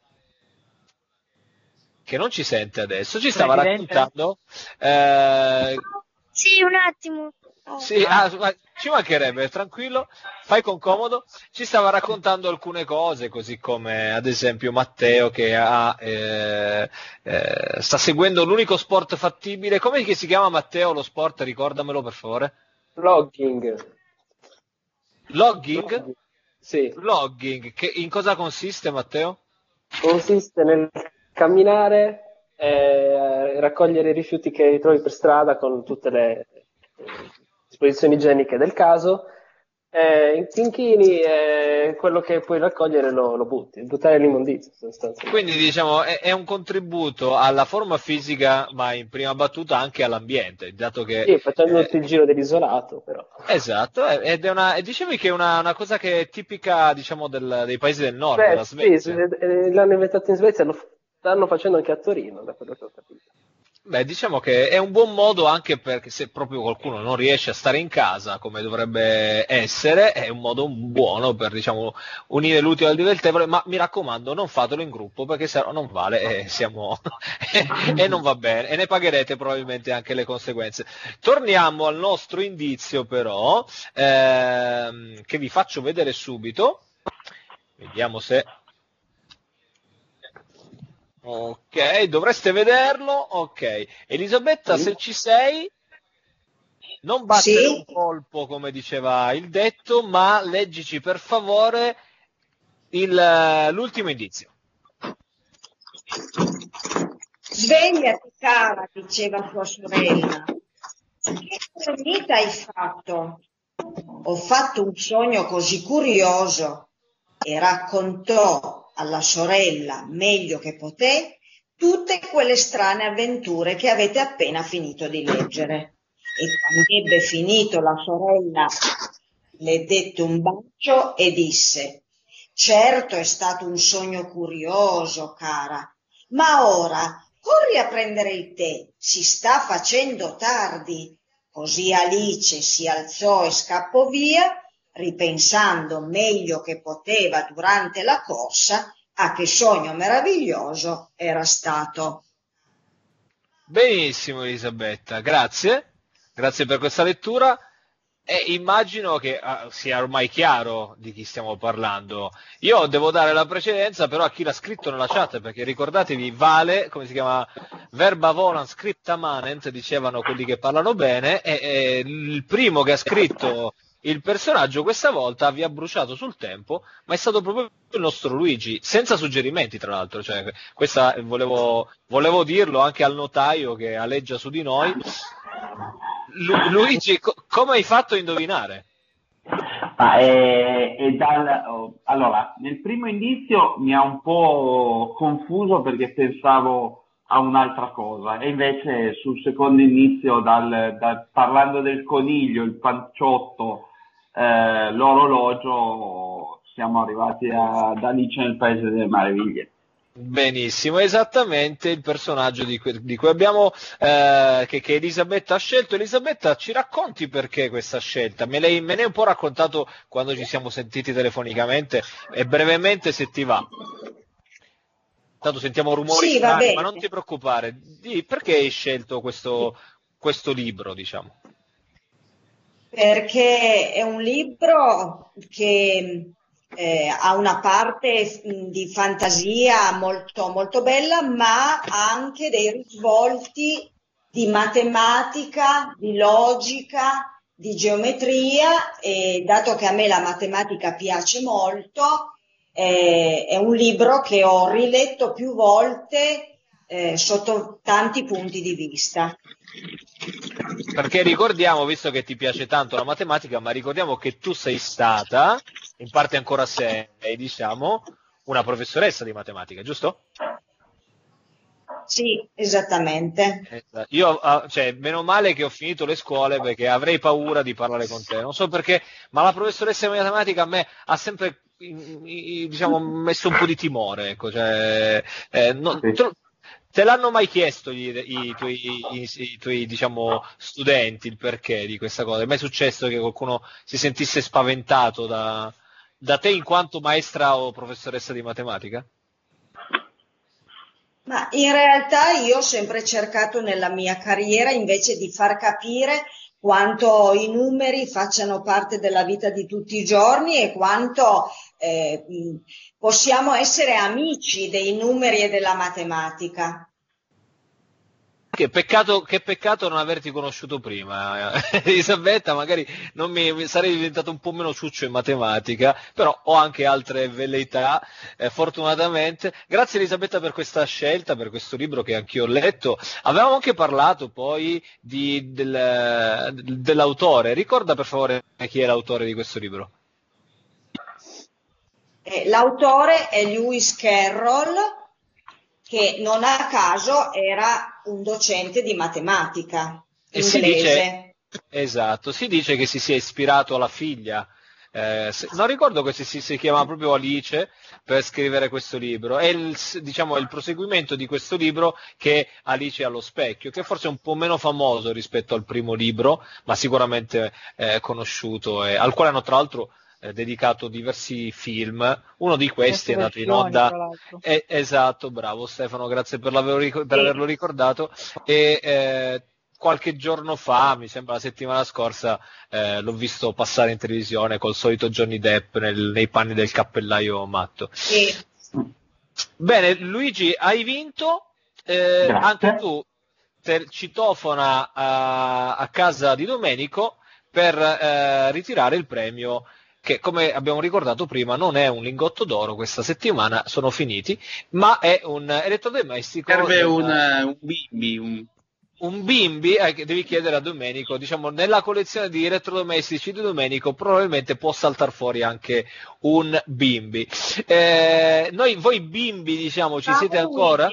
Che non ci sente adesso, ci stava Presidente. raccontando eh... sì, un attimo oh. sì, ah, ci mancherebbe, tranquillo, fai con comodo. Ci stava raccontando alcune cose, così come ad esempio Matteo che ha eh, eh, sta seguendo l'unico sport fattibile. Come si chiama Matteo lo sport? Ricordamelo per favore. Logging. Logging? Sì. Logging, che in cosa consiste Matteo? Consiste nel camminare e raccogliere i rifiuti che trovi per strada con tutte le disposizioni igieniche del caso, e inchini e quello che puoi raccogliere lo, lo butti, buttare l'immondizia sostanzialmente. Quindi diciamo è, è un contributo alla forma fisica, ma in prima battuta anche all'ambiente, dato che sì, facendo eh, tutto il giro dell'isolato però. Esatto, ed è una, e dicevi che è una, una cosa che è tipica diciamo del, dei paesi del nord, Beh, della Svezia. Sì, l'hanno inventato in Svezia, lo stanno facendo anche a Torino, da quello che ho capito. Beh, diciamo che è un buon modo anche perché se proprio qualcuno non riesce a stare in casa come dovrebbe essere, è un modo buono per diciamo unire l'utile al dilettevole, ma mi raccomando non fatelo in gruppo perché se no non vale e, siamo e non va bene e ne pagherete probabilmente anche le conseguenze. Torniamo al nostro indizio però, ehm, che vi faccio vedere subito, vediamo se... Ok, dovreste vederlo. Ok, Elisabetta, sì. Se ci sei, non battere sì. un colpo come diceva il detto, ma leggici per favore il, l'ultimo indizio. Svegliati cara, diceva sua sorella. Che dormita hai fatto? Ho fatto un sogno così curioso. E raccontò alla sorella meglio che poté tutte quelle strane avventure che avete appena finito di leggere. E quando ebbe finito, la sorella le dette un bacio e disse: certo è stato un sogno curioso, cara, ma ora corri a prendere il tè, si sta facendo tardi. Così Alice si alzò e scappò via, ripensando meglio che poteva durante la corsa a che sogno meraviglioso era stato. Benissimo Elisabetta, grazie, grazie per questa lettura. E immagino che ah, sia ormai chiaro di chi stiamo parlando. Io devo dare la precedenza però a chi l'ha scritto nella chat, perché ricordatevi, vale, come si chiama, verba volant scripta manent, dicevano quelli che parlano bene, e, e il primo che ha scritto il personaggio questa volta vi ha bruciato sul tempo, ma è stato proprio il nostro Luigi, senza suggerimenti tra l'altro, cioè, questa volevo, volevo dirlo anche al notaio che aleggia su di noi. Lu- Luigi, co- come hai fatto a indovinare? Ah, è, è dal, oh, allora, nel primo indizio mi ha un po' confuso perché pensavo a un'altra cosa, e invece sul secondo indizio, dal, dal, parlando del coniglio, il panciotto, eh, l'orologio, siamo arrivati ad Alice nel Paese delle Meraviglie. Benissimo, esattamente il personaggio di cui, di cui abbiamo eh, che, che Elisabetta ha scelto. Elisabetta, ci racconti perché questa scelta? Me, lei, me ne hai un po' raccontato quando ci siamo sentiti telefonicamente, e brevemente se ti va. Tanto sentiamo rumori Sì, va strani, bene. ma non ti preoccupare. Di, perché hai scelto questo, questo libro, diciamo? Perché è un libro che Eh, ha una parte mh, di fantasia molto, molto bella, ma ha anche dei risvolti di matematica, di logica, di geometria, e dato che a me la matematica piace molto, eh, è un libro che ho riletto più volte eh, sotto tanti punti di vista. Perché ricordiamo, visto che ti piace tanto la matematica, ma ricordiamo che tu sei stata, in parte ancora sei, diciamo, una professoressa di matematica, giusto? Sì, esattamente. Io, cioè, meno male che ho finito le scuole, perché avrei paura di parlare con te. Non so perché, ma la professoressa di matematica a me ha sempre, diciamo, messo un po' di timore, ecco, cioè, eh, non, te, te l'hanno mai chiesto i, i, tuoi, i, i tuoi, diciamo, studenti il perché di questa cosa? È mai successo che qualcuno si sentisse spaventato da, da te in quanto maestra o professoressa di matematica? Ma in realtà io ho sempre cercato nella mia carriera invece di far capire quanto i numeri facciano parte della vita di tutti i giorni e quanto eh, possiamo essere amici dei numeri e della matematica. Che peccato, che peccato non averti conosciuto prima, Elisabetta, magari non mi, mi sarei diventato un po' meno ciuccio in matematica, però ho anche altre velleità, eh, fortunatamente. Grazie Elisabetta per questa scelta, per questo libro che anch'io ho letto. Avevamo anche parlato poi di, del, dell'autore, ricorda per favore chi è l'autore di questo libro? Eh, l'autore è Lewis Carroll, che non a caso era un docente di matematica e inglese. Si dice, esatto, si dice che si sia ispirato alla figlia, eh, se, non ricordo che si, si, si chiama proprio Alice, per scrivere questo libro. È il, diciamo, il proseguimento di questo libro che è Alice allo specchio, che forse è un po' meno famoso rispetto al primo libro, ma sicuramente eh, conosciuto, e al quale hanno tra l'altro dedicato diversi film. Uno di questi è andato in onda, eh, esatto, bravo Stefano, grazie per, l'averlo, per averlo ricordato, e eh, qualche giorno fa, mi sembra la settimana scorsa, eh, l'ho visto passare in televisione col solito Johnny Depp nel, nei panni del cappellaio matto. Sì. Bene, Luigi, hai vinto, eh, anche tu te, citofona a, a casa di Domenico per eh, ritirare il premio, che come abbiamo ricordato prima non è un lingotto d'oro questa settimana, sono finiti, ma è un elettrodomestico. Serve un, un bimbi, un... un bimbi, eh, che devi chiedere a Domenico, diciamo, nella collezione di elettrodomestici di Domenico probabilmente può saltare fuori anche un bimbi. Eh, noi, voi bimbi, diciamo, ci siete ancora?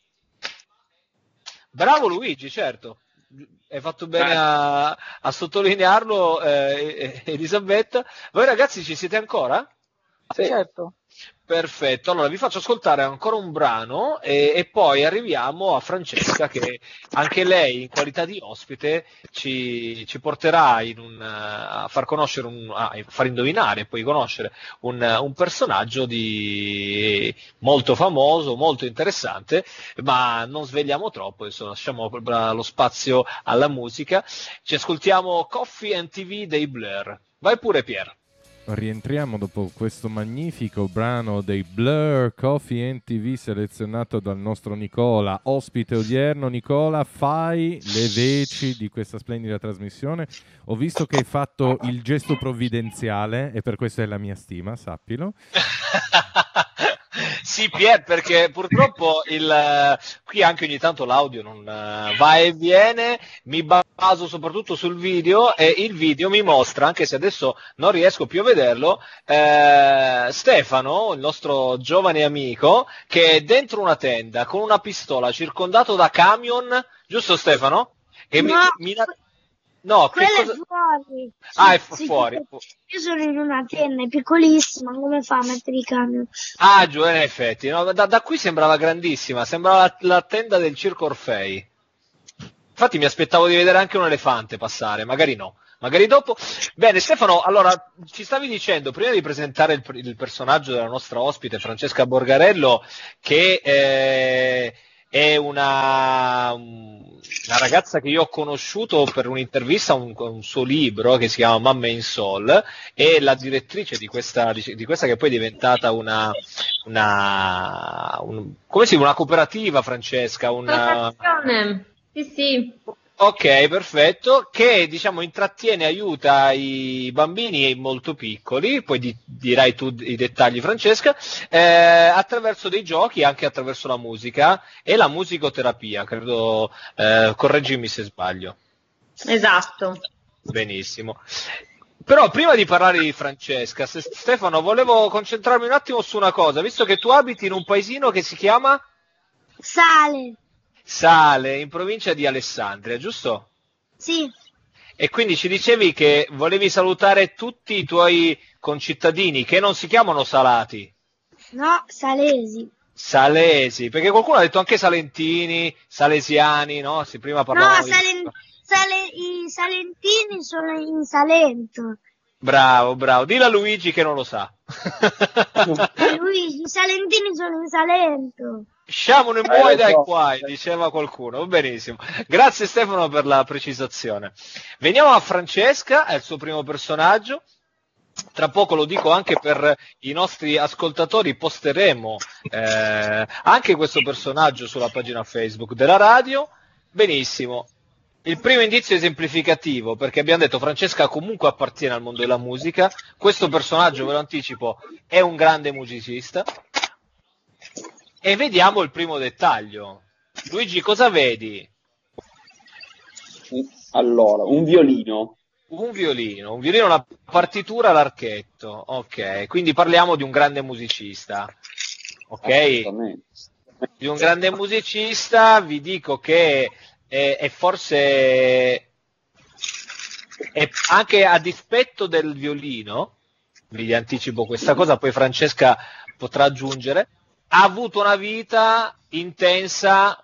Bravo Luigi, certo. Hai fatto bene a, a sottolinearlo, eh, Elisabetta. Voi ragazzi ci siete ancora? Sì. Certo. Perfetto, allora vi faccio ascoltare ancora un brano e, e poi arriviamo a Francesca che anche lei in qualità di ospite ci, ci porterà in un, a far conoscere, un, a far indovinare e poi conoscere un, un personaggio di, molto famoso, molto interessante, ma non svegliamo troppo, adesso lasciamo lo spazio alla musica. Ci ascoltiamo Coffee and T V dei Blur. Vai pure Pier. Rientriamo dopo questo magnifico brano dei Blur, Coffee and T V, selezionato dal nostro Nicola, ospite odierno. Nicola, fai le veci di questa splendida trasmissione. Ho visto che hai fatto il gesto provvidenziale e per questo è la mia stima, sappilo. Sì, Pier, perché purtroppo il, qui anche ogni tanto l'audio non uh, va e viene, mi baso soprattutto sul video e il video mi mostra, anche se adesso non riesco più a vederlo, eh, Stefano, il nostro giovane amico, che è dentro una tenda con una pistola circondato da camion, giusto Stefano? E no, mi, mi... No, che cosa... è fuori. Ah, è sì, fuori. Io sono in una tenda, è piccolissima, come fa a mettere i camion? Ah, giù, in effetti. No, da, da qui sembrava grandissima, sembrava la, la tenda del Circo Orfei. Infatti mi aspettavo di vedere anche un elefante passare, magari no. Magari dopo. Bene, Stefano, allora, ci stavi dicendo, prima di presentare il, il personaggio della nostra ospite, Francesca Borgarello, che... Eh, è una, una ragazza che io ho conosciuto per un'intervista a un, un suo libro che si chiama Mamma in Sol, e la direttrice di questa, di questa che poi è diventata una, una un, come si dice, una cooperativa, Francesca, una sì, sì. Ok, perfetto, che diciamo intrattiene, aiuta i bambini molto piccoli, poi di, dirai tu i dettagli Francesca, eh, attraverso dei giochi, anche attraverso la musica e la musicoterapia, credo, eh, correggimi se sbaglio. Esatto. Benissimo. Però prima di parlare di Francesca, Stefano, volevo concentrarmi un attimo su una cosa, visto che tu abiti in un paesino che si chiama? Sale. Sale, in provincia di Alessandria, giusto? Sì. E quindi ci dicevi che volevi salutare tutti i tuoi concittadini che non si chiamano Salati. No, salesi. Salesi, perché qualcuno ha detto anche salentini, salesiani, no? Si prima parlava No, salen- sale- i salentini sono in Salento. Bravo, bravo. Dillo a Luigi che non lo sa. Eh, Luigi, i salentini sono in Salento. Sciamo ne muoi dai guai, diceva qualcuno. Benissimo. Grazie Stefano per la precisazione. Veniamo a Francesca, è il suo primo personaggio. Tra poco, lo dico anche per i nostri ascoltatori, posteremo eh, anche questo personaggio sulla pagina Facebook della radio. Benissimo. Il primo indizio esemplificativo, perché abbiamo detto Francesca comunque appartiene al mondo della musica. Questo personaggio, ve lo anticipo, è un grande musicista. E vediamo il primo dettaglio. Luigi, cosa vedi? Allora, un violino. Un violino, un violino, una partitura all'archetto. Ok, quindi parliamo di un grande musicista. Ok? Di un grande musicista, vi dico che è, è forse è anche a dispetto del violino, vi anticipo questa cosa, poi Francesca potrà aggiungere. Ha avuto una vita intensa,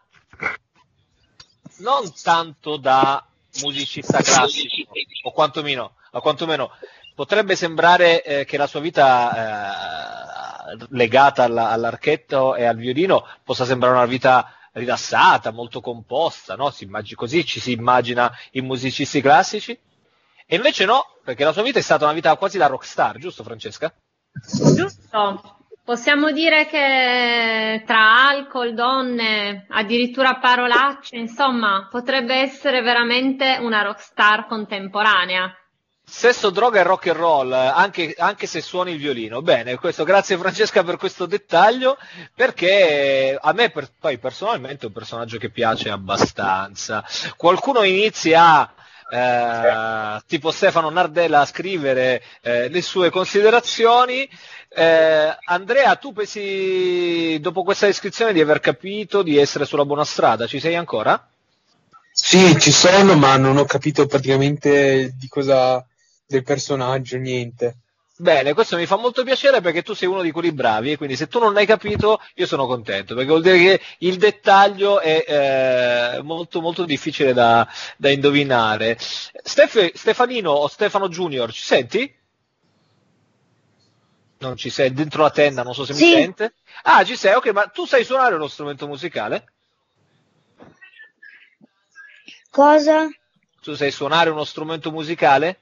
non tanto da musicista classico, o quantomeno, o quantomeno potrebbe sembrare eh, che la sua vita eh, legata alla, all'archetto e al violino possa sembrare una vita rilassata, molto composta, no? Si immagina, così ci si immagina i musicisti classici, e invece no, perché la sua vita è stata una vita quasi da rockstar, giusto Francesca? Giusto. Possiamo dire che tra alcol, donne, addirittura parolacce, insomma, potrebbe essere veramente una rockstar contemporanea. Sesso, droga e rock and roll, anche, anche se suoni il violino. Bene, questo, grazie Francesca per questo dettaglio, perché a me per, poi personalmente è un personaggio che piace abbastanza. Qualcuno inizia eh, tipo Stefano Nardella a scrivere eh, le sue considerazioni. Eh, Andrea, tu pensi dopo questa descrizione di aver capito di essere sulla buona strada? Ci sei ancora? Sì, ci sono, ma non ho capito praticamente di cosa, del personaggio, niente. Bene, questo mi fa molto piacere perché tu sei uno di quelli bravi e quindi se tu non hai capito io sono contento, perché vuol dire che il dettaglio è eh, molto molto difficile da, da indovinare. Stef- Stefanino o Stefano Junior, ci senti? Non ci sei, dentro la tenda, non so se Sì. mi sente. Ah, ci sei, ok, ma tu sai suonare uno strumento musicale? Cosa? Tu sai suonare uno strumento musicale?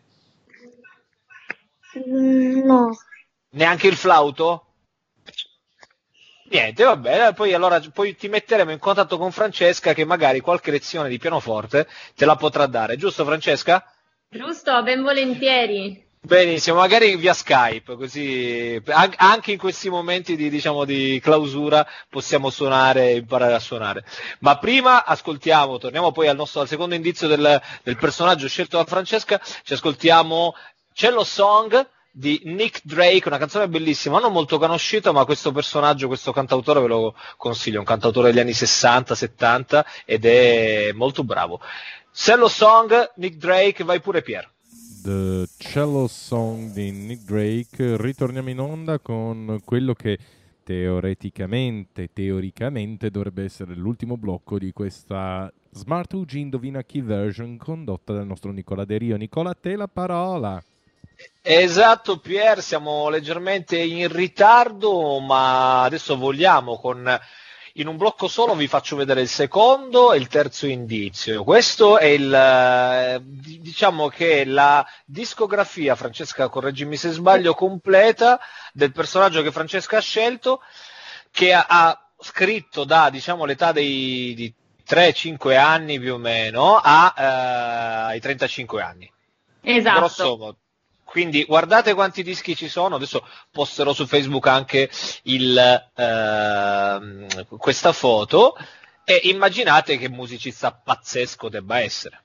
Mm, No. Neanche il flauto? Niente, va bene, poi allora poi ti metteremo in contatto con Francesca che magari qualche lezione di pianoforte te la potrà dare, giusto Francesca? Giusto, ben volentieri. Benissimo, magari via Skype, così an- anche in questi momenti di, diciamo, di clausura possiamo suonare e imparare a suonare. Ma prima ascoltiamo, torniamo poi al nostro al secondo indizio del, del personaggio scelto da Francesca, ci ascoltiamo Cello Song di Nick Drake, una canzone bellissima, non molto conosciuta, ma questo personaggio, questo cantautore ve lo consiglio, un cantautore degli anni sessanta settanta ed è molto bravo. Cello Song, Nick Drake, vai pure Pier. The Cello Song di Nick Drake. Ritorniamo in onda con quello che teoreticamente, teoricamente dovrebbe essere l'ultimo blocco di questa Smart U G Indovina Chi version condotta dal nostro Nicola De Rio. Nicola, a te la parola. Esatto Pier, siamo leggermente in ritardo, ma adesso vogliamo con... In un blocco solo vi faccio vedere il secondo e il terzo indizio. Questo è il, diciamo che la discografia, Francesca correggimi se sbaglio, completa del personaggio che Francesca ha scelto, che ha, ha scritto da, diciamo, l'età dei di tre cinque anni più o meno a, eh, ai trentacinque anni. Esatto. Grosso modo. Quindi guardate quanti dischi ci sono, adesso posterò su Facebook anche il, eh, questa foto e immaginate che musicista pazzesco debba essere.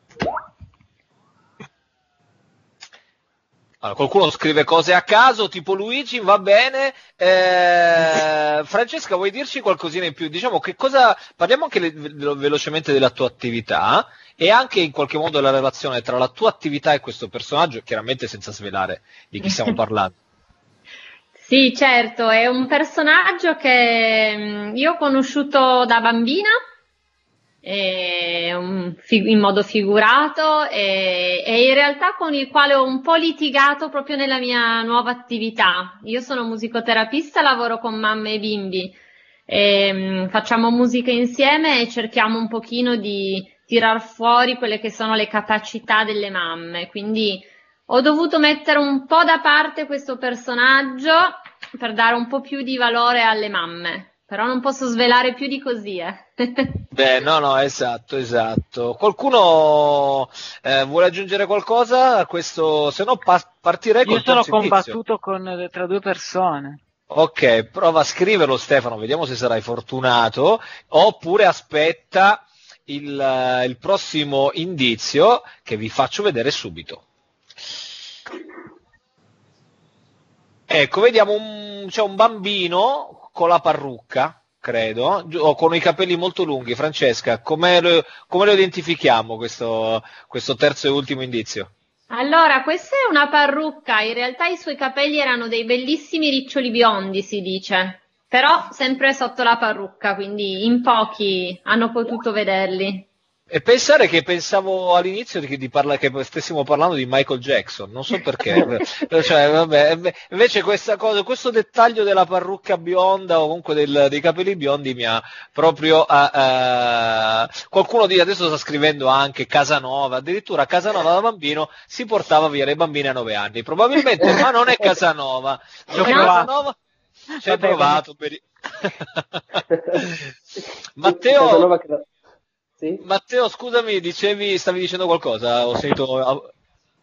Allora, qualcuno scrive cose a caso, tipo Luigi, va bene. Eh, Francesca, vuoi dirci qualcosina in più? Diciamo che cosa, parliamo anche le, velocemente della tua attività e anche in qualche modo della relazione tra la tua attività e questo personaggio, chiaramente senza svelare di chi stiamo parlando. Sì, certo, è un personaggio che mh, io ho conosciuto da bambina, e, um, fi- in modo figurato e, e in realtà con il quale ho un po' litigato proprio nella mia nuova attività. Io sono musicoterapista, lavoro con mamme e bimbi, e, mh, facciamo musica insieme e cerchiamo un pochino di tirar fuori quelle che sono le capacità delle mamme, quindi ho dovuto mettere un po' da parte questo personaggio per dare un po' più di valore alle mamme. Però non posso svelare più di così, eh. Beh, no, no, esatto, esatto. Qualcuno eh, vuole aggiungere qualcosa a questo? Se no pa- partirei col Io sono terzo indizio. combattuto con, tra due persone. Ok, prova a scriverlo Stefano, vediamo se sarai fortunato, oppure aspetta il, eh, il prossimo indizio che vi faccio vedere subito. Ecco, vediamo un, c'è un bambino con la parrucca, credo, o con i capelli molto lunghi. Francesca, come lo, come lo identifichiamo questo, questo terzo e ultimo indizio? Allora, questa è una parrucca, in realtà i suoi capelli erano dei bellissimi riccioli biondi, si dice, però sempre sotto la parrucca, quindi in pochi hanno potuto vederli. E pensare che pensavo all'inizio di, di parla, che stessimo parlando di Michael Jackson, non so perché, cioè, vabbè, invece questa cosa, questo dettaglio della parrucca bionda o comunque del, dei capelli biondi mi ha proprio, uh, uh, qualcuno di adesso sta scrivendo anche Casanova, addirittura Casanova da bambino si portava via le bambine a nove anni, probabilmente, ma non è Casanova, non è Casanova, ci hai provato, per... Matteo... Sì? Matteo, scusami, dicevi, stavi dicendo qualcosa? Ho sentito.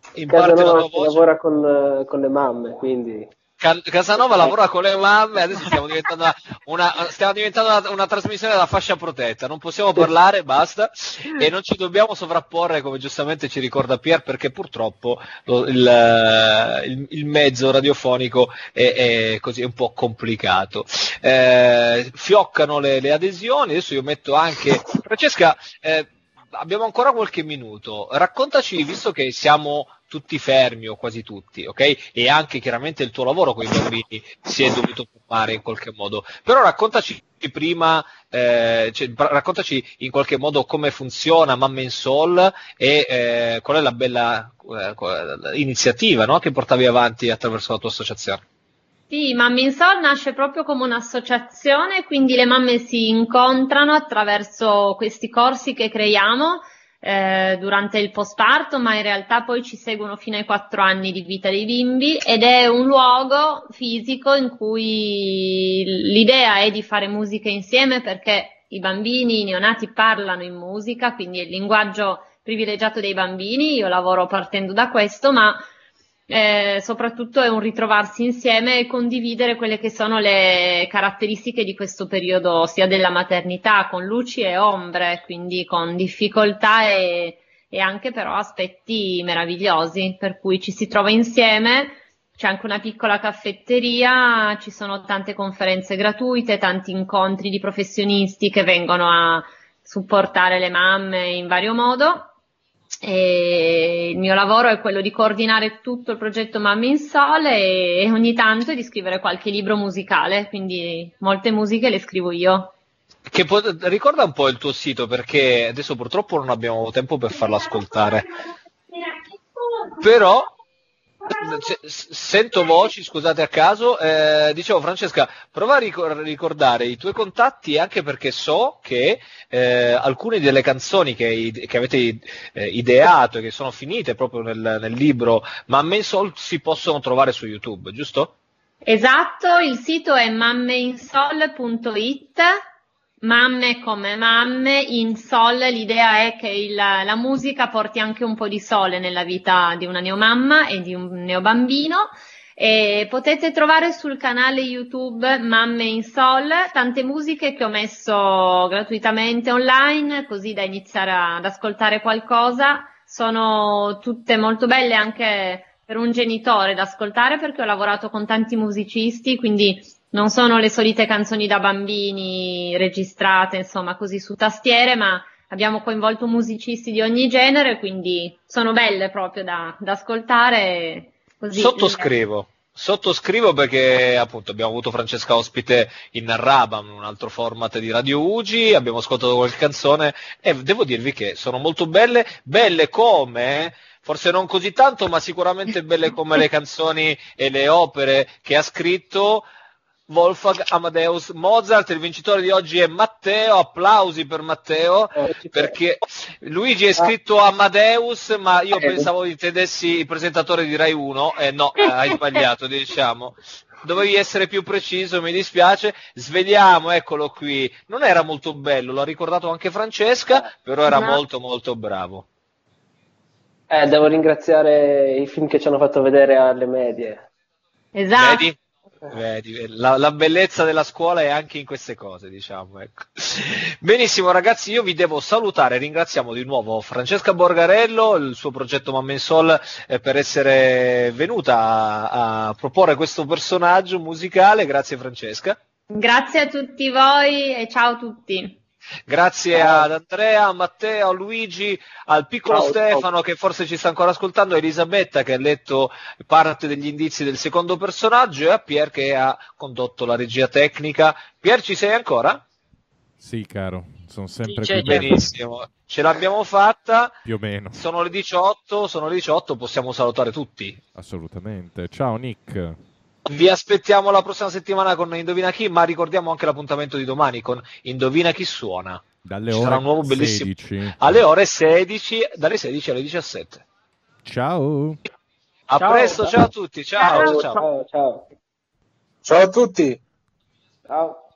in parte la Casanova tua voce. lavora con, con le mamme, quindi... Can- Casanova lavora con le mamme, adesso stiamo diventando una, una, stiamo diventando una, una trasmissione della fascia protetta, non possiamo parlare, basta, e non ci dobbiamo sovrapporre, come giustamente ci ricorda Pier, perché purtroppo lo, il, il, il mezzo radiofonico è, è così, è un po' complicato. Eh, fioccano le, le adesioni, adesso io metto anche... Francesca, eh, abbiamo ancora qualche minuto, raccontaci, visto che siamo tutti fermi o quasi tutti, ok? E anche chiaramente il tuo lavoro con i bambini si è dovuto occupare in qualche modo, però raccontaci prima, eh, cioè, raccontaci in qualche modo come funziona Mamme in Soul e eh, qual è la bella eh, iniziativa, no? Che portavi avanti attraverso la tua associazione. Sì, Mamme in Soul nasce proprio come un'associazione, quindi le mamme si incontrano attraverso questi corsi che creiamo eh, durante il postparto, ma in realtà poi ci seguono fino ai quattro anni di vita dei bimbi, ed è un luogo fisico in cui l'idea è di fare musica insieme, perché i bambini, i neonati parlano in musica, quindi è il linguaggio privilegiato dei bambini. Io lavoro partendo da questo, ma Eh, soprattutto è un ritrovarsi insieme e condividere quelle che sono le caratteristiche di questo periodo, sia della maternità, con luci e ombre, quindi con difficoltà e, e anche però aspetti meravigliosi, per cui ci si trova insieme. C'è anche una piccola caffetteria, ci sono tante conferenze gratuite, tanti incontri di professionisti che vengono a supportare le mamme in vario modo. E il mio lavoro è quello di coordinare tutto il progetto Mamme in Soul e, e ogni tanto di scrivere qualche libro musicale, quindi molte musiche le scrivo io. Che pot- ricorda un po' il tuo sito, perché adesso purtroppo non abbiamo tempo per farlo ascoltare, però sento voci, scusate a caso, eh, dicevo Francesca, prova a ricor- ricordare i tuoi contatti, anche perché so che eh, alcune delle canzoni che, che avete eh, ideato e che sono finite proprio nel, nel libro Mamme in Soul si possono trovare su YouTube, giusto? Esatto, il sito è mammeinsoul punto it. Mamme come mamme, in sol, l'idea è che il, la musica porti anche un po' di sole nella vita di una neomamma e di un neobambino, e potete trovare sul canale YouTube Mamme in Sol tante musiche che ho messo gratuitamente online, così da iniziare ad ascoltare qualcosa. Sono tutte molto belle anche per un genitore da ascoltare, perché ho lavorato con tanti musicisti, quindi non sono le solite canzoni da bambini registrate, insomma, così su tastiere, ma abbiamo coinvolto musicisti di ogni genere, quindi sono belle proprio da, da ascoltare. Così. Sottoscrivo, sottoscrivo perché appunto abbiamo avuto Francesca ospite in Narrabam, un altro format di Radio Ugi, abbiamo ascoltato qualche canzone e devo dirvi che sono molto belle, belle come... forse non così tanto, ma sicuramente belle come le canzoni e le opere che ha scritto Wolfgang Amadeus Mozart. Il vincitore di oggi è Matteo, applausi per Matteo, perché Luigi è scritto Amadeus, ma io pensavo intendessi il presentatore di Rai uno, e eh, no, eh, hai sbagliato, diciamo. Dovevi essere più preciso, mi dispiace. Svegliamo, eccolo qui. Non era molto bello, l'ha ricordato anche Francesca, però era molto molto bravo. Eh, devo ringraziare i film che ci hanno fatto vedere alle medie. Esatto. Vedi? Vedi, la, la bellezza della scuola è anche in queste cose, diciamo, ecco. Benissimo ragazzi, io vi devo salutare, ringraziamo di nuovo Francesca Borgarello, il suo progetto Mamme in Soul, eh, per essere venuta a, a proporre questo personaggio musicale. Grazie Francesca. Grazie a tutti voi e ciao a tutti. Grazie ciao. Ad Andrea, a Matteo, a Luigi, al piccolo ciao, Stefano ciao. Che forse ci sta ancora ascoltando, a Elisabetta che ha letto parte degli indizi del secondo personaggio, e a Pier che ha condotto la regia tecnica. Pier, ci sei ancora? Sì, caro, sono sempre sì, qui. Benissimo, ce l'abbiamo fatta. Più o meno. Sono le diciotto, sono le diciotto, possiamo salutare tutti. Assolutamente. Ciao Nick. Vi aspettiamo la prossima settimana con Indovina Chi, ma ricordiamo anche l'appuntamento di domani con Indovina Chi suona. Dalle Ci ore sarà un nuovo bellissimo sedici. Alle ore sedici, dalle sedici alle diciassette. Ciao. A ciao, presto, ciao. ciao a tutti. Ciao, ciao, ciao. ciao, ciao. Ciao a tutti. Ciao.